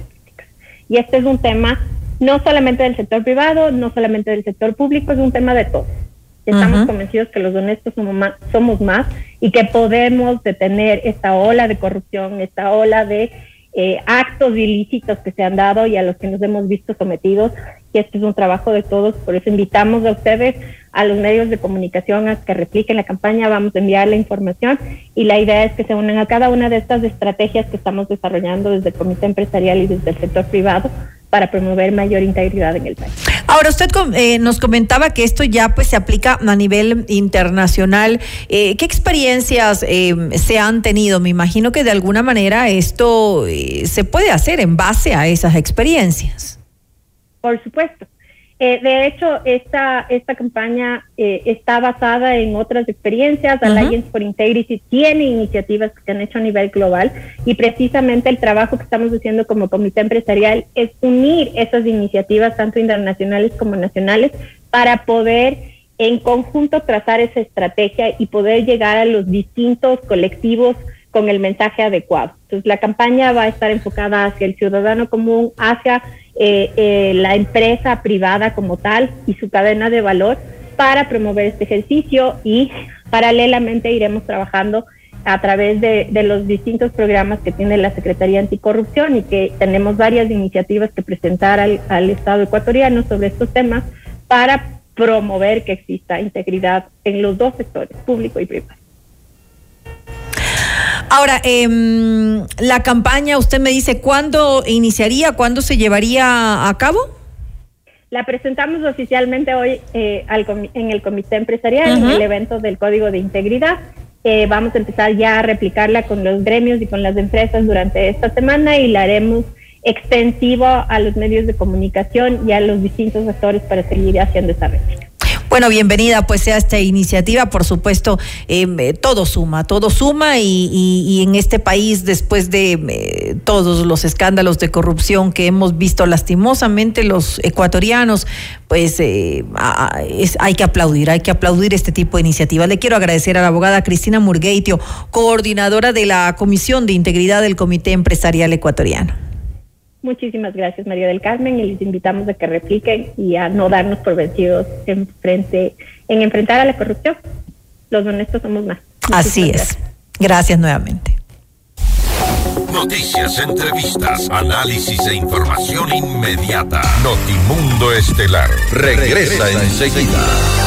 Y este es un tema no solamente del sector privado, no solamente del sector público, es un tema de todos. Estamos uh-huh. convencidos que los honestos somos más, somos más y que podemos detener esta ola de corrupción, esta ola de eh, actos ilícitos que se han dado y a los que nos hemos visto sometidos. Y este es un trabajo de todos, por eso invitamos a ustedes, a los medios de comunicación, a que repliquen la campaña, vamos a enviar la información y la idea es que se unan a cada una de estas estrategias que estamos desarrollando desde el Comité Empresarial y desde el sector privado para promover mayor integridad en el país. Ahora, usted eh, nos comentaba que esto ya pues se aplica a nivel internacional. Eh, ¿Qué experiencias eh, se han tenido? Me imagino que de alguna manera esto eh, se puede hacer en base a esas experiencias. Por supuesto. Eh, de hecho, esta esta campaña eh, está basada en otras experiencias. Uh-huh. Alliance for Integrity tiene iniciativas que se han hecho a nivel global y precisamente el trabajo que estamos haciendo como comité empresarial es unir esas iniciativas tanto internacionales como nacionales para poder en conjunto trazar esa estrategia y poder llegar a los distintos colectivos con el mensaje adecuado. Entonces, la campaña va a estar enfocada hacia el ciudadano común, hacia eh, eh, la empresa privada como tal y su cadena de valor para promover este ejercicio y paralelamente iremos trabajando a través de, de los distintos programas que tiene la Secretaría Anticorrupción y que tenemos varias iniciativas que presentar al, al Estado ecuatoriano sobre estos temas para promover que exista integridad en los dos sectores, público y privado. Ahora, eh, la campaña, usted me dice, ¿cuándo iniciaría? ¿Cuándo se llevaría a cabo? La presentamos oficialmente hoy eh, al comi- en el Comité Empresarial, uh-huh. en el evento del Código de Integridad. Eh, vamos a empezar ya a replicarla con los gremios y con las empresas durante esta semana y la haremos extensivo a los medios de comunicación y a los distintos actores para seguir haciendo esa réplica. Bueno, bienvenida pues sea esta iniciativa, por supuesto, eh, todo suma, todo suma y, y, y en este país después de eh, todos los escándalos de corrupción que hemos visto lastimosamente los ecuatorianos, pues eh, a, es, hay que aplaudir, hay que aplaudir este tipo de iniciativas. Le quiero agradecer a la abogada Cristina Murgueitio, coordinadora de la Comisión de Integridad del Comité Empresarial Ecuatoriano. Muchísimas gracias, María del Carmen, y les invitamos a que repliquen y a no darnos por vencidos en, frente, en enfrentar a la corrupción. Los honestos somos más. Muchísimas Así es. Gracias. gracias nuevamente. Noticias, entrevistas, análisis e información inmediata. Notimundo Estelar regresa, regresa enseguida.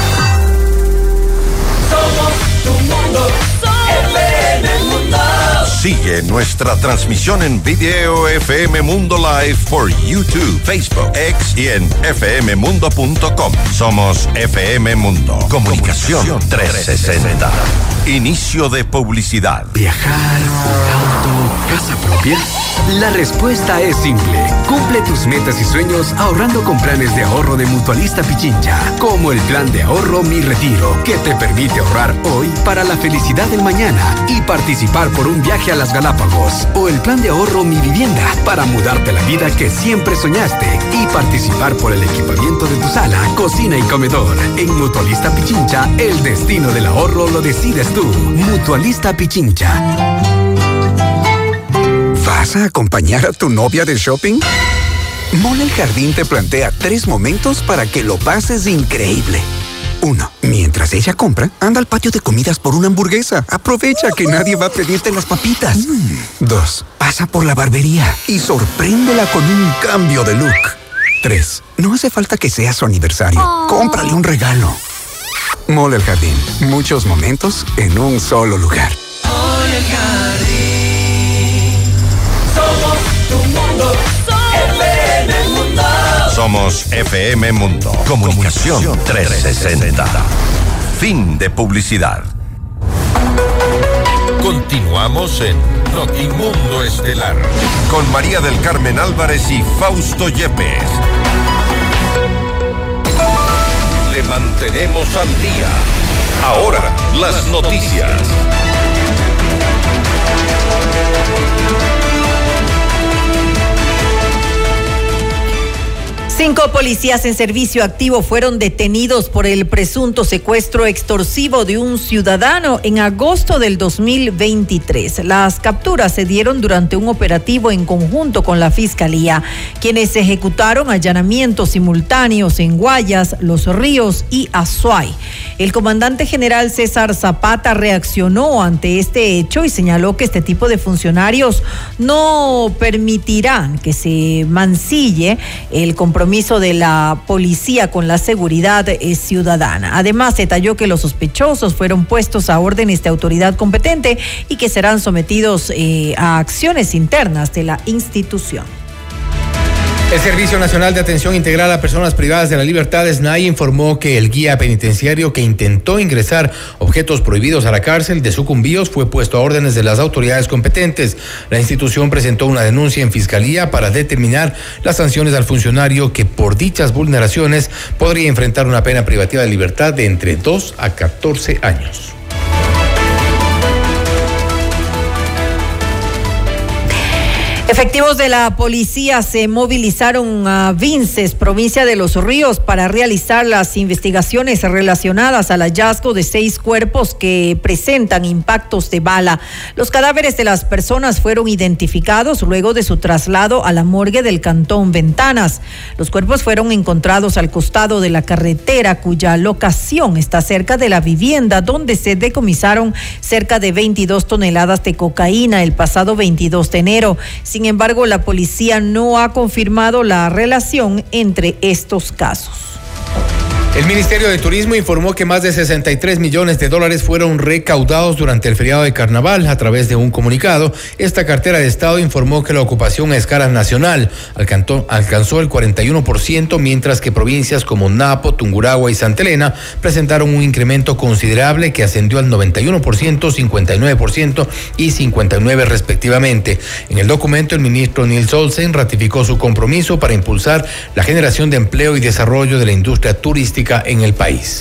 Somos tu mundo, F M Mundo. Sigue nuestra transmisión en video F M Mundo Live por YouTube, Facebook, X y en f m mundo punto com. Somos F M Mundo. Comunicación trescientos sesenta. Inicio de publicidad. ¿Viajar, auto, casa propia? La respuesta es simple. Cumple tus metas y sueños ahorrando con planes de ahorro de Mutualista Pichincha, como el plan de ahorro Mi Retiro, que te permite ahorrar hoy para la felicidad del mañana y participar por un viaje a las Galápagos, o el plan de ahorro Mi Vivienda, para mudarte la vida que siempre soñaste y participar por el equipamiento de tu sala, cocina y comedor. En Mutualista Pichincha, el destino del ahorro lo decides tú. Mutualista Pichincha. ¿Vas a acompañar a tu novia de shopping? Mall El Jardín te plantea tres momentos para que lo pases increíble. Uno, mientras ella compra, anda al patio de comidas por una hamburguesa. Aprovecha que nadie va a pedirte las papitas. Mm. Dos, pasa por la barbería y sorpréndela con un cambio de look. Tres, no hace falta que sea su aniversario. Oh. Cómprale un regalo. Mall El Jardín, muchos momentos en un solo lugar. Mall El Jardín. Somos tu mundo, F M Mundo. Somos Somos F M Mundo. Comunicación trescientos sesenta. Fin de publicidad. Continuamos en Notimundo Estelar con María del Carmen Álvarez y Fausto Yepes. Le mantenemos al día. Ahora, las noticias. Cinco policías en servicio activo fueron detenidos por el presunto secuestro extorsivo de un ciudadano en agosto del dos mil veintitrés. Las capturas se dieron durante un operativo en conjunto con la Fiscalía, quienes ejecutaron allanamientos simultáneos en Guayas, Los Ríos y Azuay. El comandante general César Zapata reaccionó ante este hecho y señaló que este tipo de funcionarios no permitirán que se mancille el compromiso de la policía con la seguridad eh, ciudadana. Además, detalló que los sospechosos fueron puestos a órdenes de autoridad competente y que serán sometidos eh, a acciones internas de la institución. El Servicio Nacional de Atención Integral a Personas Privadas de la Libertad, S N A I, informó que el guía penitenciario que intentó ingresar objetos prohibidos a la cárcel de Sucumbíos fue puesto a órdenes de las autoridades competentes. La institución presentó una denuncia en Fiscalía para determinar las sanciones al funcionario que por dichas vulneraciones podría enfrentar una pena privativa de libertad de entre dos a catorce años. Efectivos de la policía se movilizaron a Vinces, provincia de Los Ríos, para realizar las investigaciones relacionadas al hallazgo de seis cuerpos que presentan impactos de bala. Los cadáveres de las personas fueron identificados luego de su traslado a la morgue del Cantón Ventanas. Los cuerpos fueron encontrados al costado de la carretera, cuya locación está cerca de la vivienda donde se decomisaron cerca de veintidós toneladas de cocaína el pasado veintidós de enero. Sin embargo, la policía no ha confirmado la relación entre estos casos. El Ministerio de Turismo informó que más de sesenta y tres millones de dólares fueron recaudados durante el feriado de Carnaval. A través de un comunicado, esta cartera de Estado informó que la ocupación a escala nacional alcanzó, alcanzó el cuarenta y uno por ciento, mientras que provincias como Napo, Tungurahua y Santa Elena presentaron un incremento considerable que ascendió al noventa y uno por ciento, cincuenta y nueve por ciento y cincuenta y nueve por ciento respectivamente. En el documento, el ministro Nils Olsen ratificó su compromiso para impulsar la generación de empleo y desarrollo de la industria turística en el país.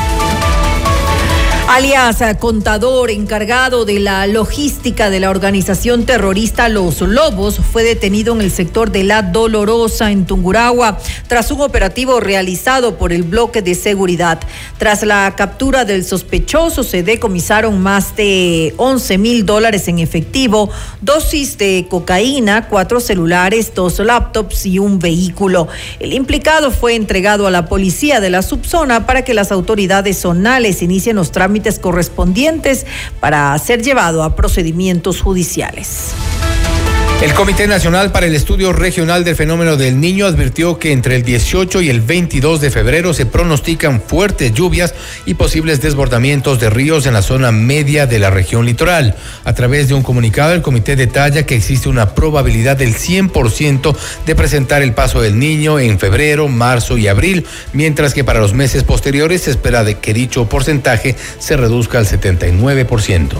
Alias contador encargado de la logística de la organización terrorista Los Lobos fue detenido en el sector de La Dolorosa en Tungurahua tras un operativo realizado por el bloque de seguridad. Tras la captura del sospechoso se decomisaron más de once mil dólares en efectivo, dosis de cocaína, cuatro celulares, dos laptops y un vehículo. El implicado fue entregado a la policía de la subzona para que las autoridades zonales inicien los trámites correspondientes para ser llevado a procedimientos judiciales. El Comité Nacional para el Estudio Regional del Fenómeno del Niño advirtió que entre el dieciocho y el veintidós de febrero se pronostican fuertes lluvias y posibles desbordamientos de ríos en la zona media de la región litoral. A través de un comunicado, el comité detalla que existe una probabilidad del cien por ciento de presentar el paso del Niño en febrero, marzo y abril, mientras que para los meses posteriores se espera de que dicho porcentaje se reduzca al setenta y nueve por ciento.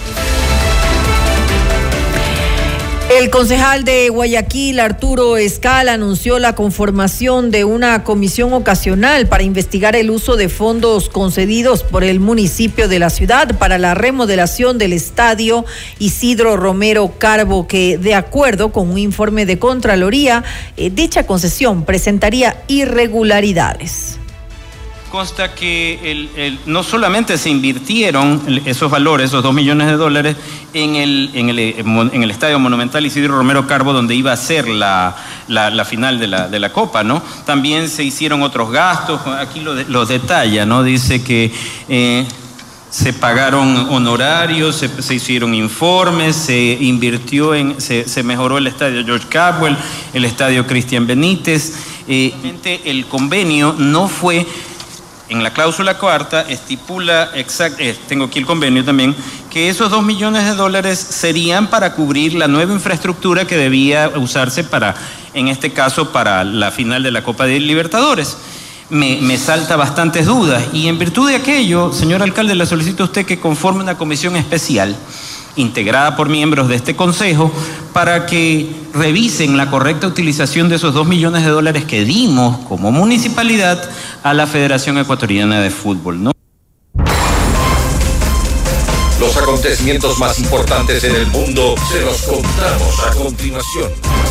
El concejal de Guayaquil, Arturo Escala, anunció la conformación de una comisión ocasional para investigar el uso de fondos concedidos por el municipio de la ciudad para la remodelación del estadio Isidro Romero Carbo, que de acuerdo con un informe de Contraloría, eh, dicha concesión presentaría irregularidades. Consta que el, el, no solamente se invirtieron esos valores, esos dos millones de dólares, en el, en el, en el Estadio Monumental Isidro Romero Carbo, donde iba a ser la, la, la final de la, de la Copa, ¿no? También se hicieron otros gastos, aquí lo, los detalla, ¿no? Dice que eh, se pagaron honorarios, se, se hicieron informes, se invirtió en, se, se mejoró el Estadio George Capwell, el Estadio Cristian Benítez. Eh, el convenio no fue... En la cláusula cuarta estipula, exact, eh, tengo aquí el convenio también, que esos dos millones de dólares serían para cubrir la nueva infraestructura que debía usarse para en este caso para la final de la Copa de Libertadores. Me, me salta bastantes dudas y en virtud de aquello, señor alcalde, le solicito a usted que conforme una comisión especial integrada por miembros de este consejo para que revisen la correcta utilización de esos dos millones de dólares que dimos como municipalidad a la Federación Ecuatoriana de Fútbol, ¿no? Los acontecimientos más importantes en el mundo se los contamos a continuación.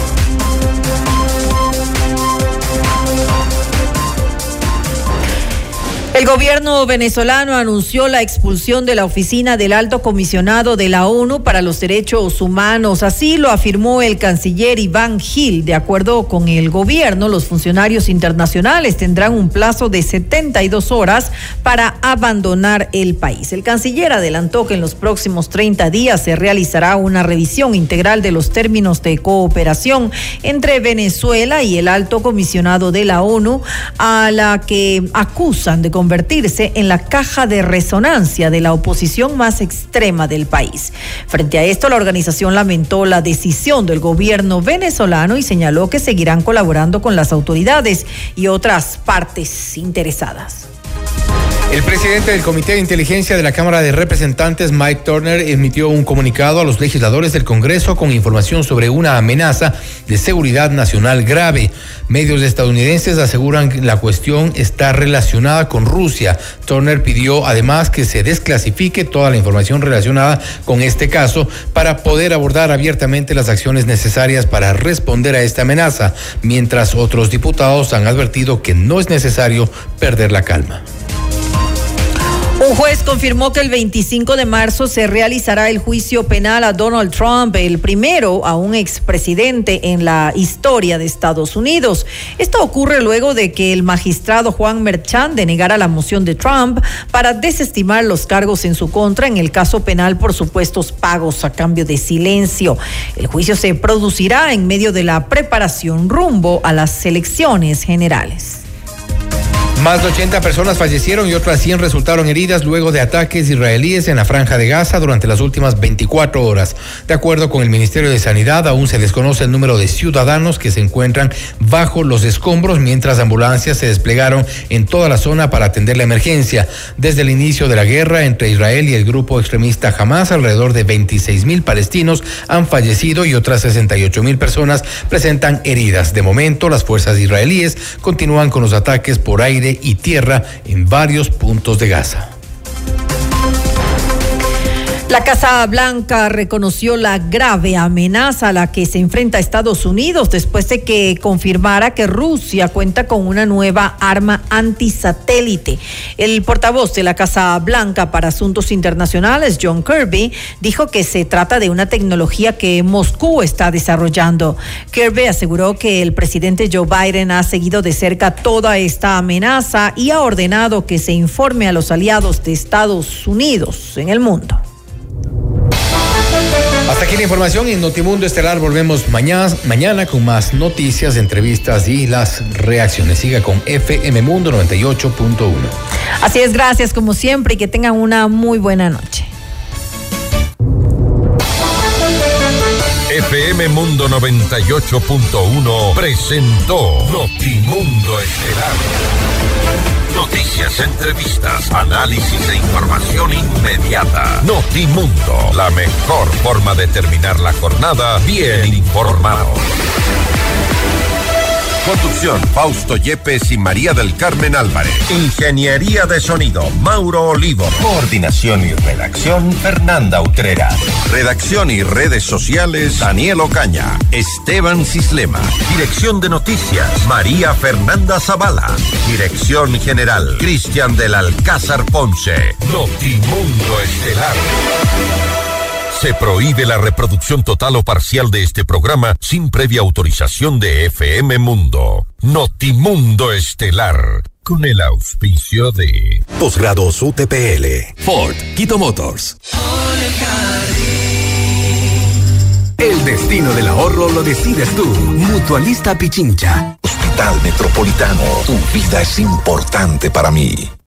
El gobierno venezolano anunció la expulsión de la oficina del Alto Comisionado de la ONU para los Derechos Humanos. Así lo afirmó el canciller Iván Gil. De acuerdo con el gobierno, los funcionarios internacionales tendrán un plazo de setenta y dos horas para abandonar el país. El canciller adelantó que en los próximos treinta días se realizará una revisión integral de los términos de cooperación entre Venezuela y el Alto Comisionado de la ONU, a la que acusan de convertirse en la caja de resonancia de la oposición más extrema del país. Frente a esto, la organización lamentó la decisión del gobierno venezolano y señaló que seguirán colaborando con las autoridades y otras partes interesadas. El presidente del Comité de Inteligencia de la Cámara de Representantes, Mike Turner, emitió un comunicado a los legisladores del Congreso con información sobre una amenaza de seguridad nacional grave. Medios estadounidenses aseguran que la cuestión está relacionada con Rusia. Turner pidió además que se desclasifique toda la información relacionada con este caso para poder abordar abiertamente las acciones necesarias para responder a esta amenaza, mientras otros diputados han advertido que no es necesario perder la calma. Un juez confirmó que el veinticinco de marzo se realizará el juicio penal a Donald Trump, el primero a un expresidente en la historia de Estados Unidos. Esto ocurre luego de que el magistrado Juan Merchan denegara la moción de Trump para desestimar los cargos en su contra en el caso penal por supuestos pagos a cambio de silencio. El juicio se producirá en medio de la preparación rumbo a las elecciones generales. Más de ochenta personas fallecieron y otras cien resultaron heridas luego de ataques israelíes en la Franja de Gaza durante las últimas veinticuatro horas. De acuerdo con el Ministerio de Sanidad, aún se desconoce el número de ciudadanos que se encuentran bajo los escombros, mientras ambulancias se desplegaron en toda la zona para atender la emergencia. Desde el inicio de la guerra entre Israel y el grupo extremista Hamas, alrededor de veintiséis mil palestinos han fallecido y otras sesenta y ocho mil personas presentan heridas. De momento, las fuerzas israelíes continúan con los ataques por aire y tierra en varios puntos de Gaza. La Casa Blanca reconoció la grave amenaza a la que se enfrenta Estados Unidos después de que confirmara que Rusia cuenta con una nueva arma antisatélite. El portavoz de la Casa Blanca para Asuntos Internacionales, John Kirby, dijo que se trata de una tecnología que Moscú está desarrollando. Kirby aseguró que el presidente Joe Biden ha seguido de cerca toda esta amenaza y ha ordenado que se informe a los aliados de Estados Unidos en el mundo. Hasta aquí la información en Notimundo Estelar. Volvemos mañana, mañana con más noticias, entrevistas y las reacciones. Siga con F M Mundo noventa y ocho punto uno. Así es, gracias como siempre y que tengan una muy buena noche. F M Mundo noventa y ocho punto uno presentó Notimundo Estelar. Noticias, entrevistas, análisis e información inmediata. Notimundo, la mejor forma de terminar la jornada bien informado. Conducción, Fausto Yepes y María del Carmen Álvarez. Ingeniería de sonido, Mauro Olivo. Coordinación y redacción, Fernanda Utrera. Redacción y redes sociales, Daniel Ocaña. Esteban Cislema. Dirección de noticias, María Fernanda Zavala. Dirección general, Cristian del Alcázar Ponce. Notimundo Estelar. Se prohíbe la reproducción total o parcial de este programa sin previa autorización de F M Mundo. Notimundo Estelar, con el auspicio de Posgrados U T P L, Ford, Quito Motors. El destino del ahorro lo decides tú. Mutualista Pichincha. Hospital Metropolitano, tu vida es importante para mí.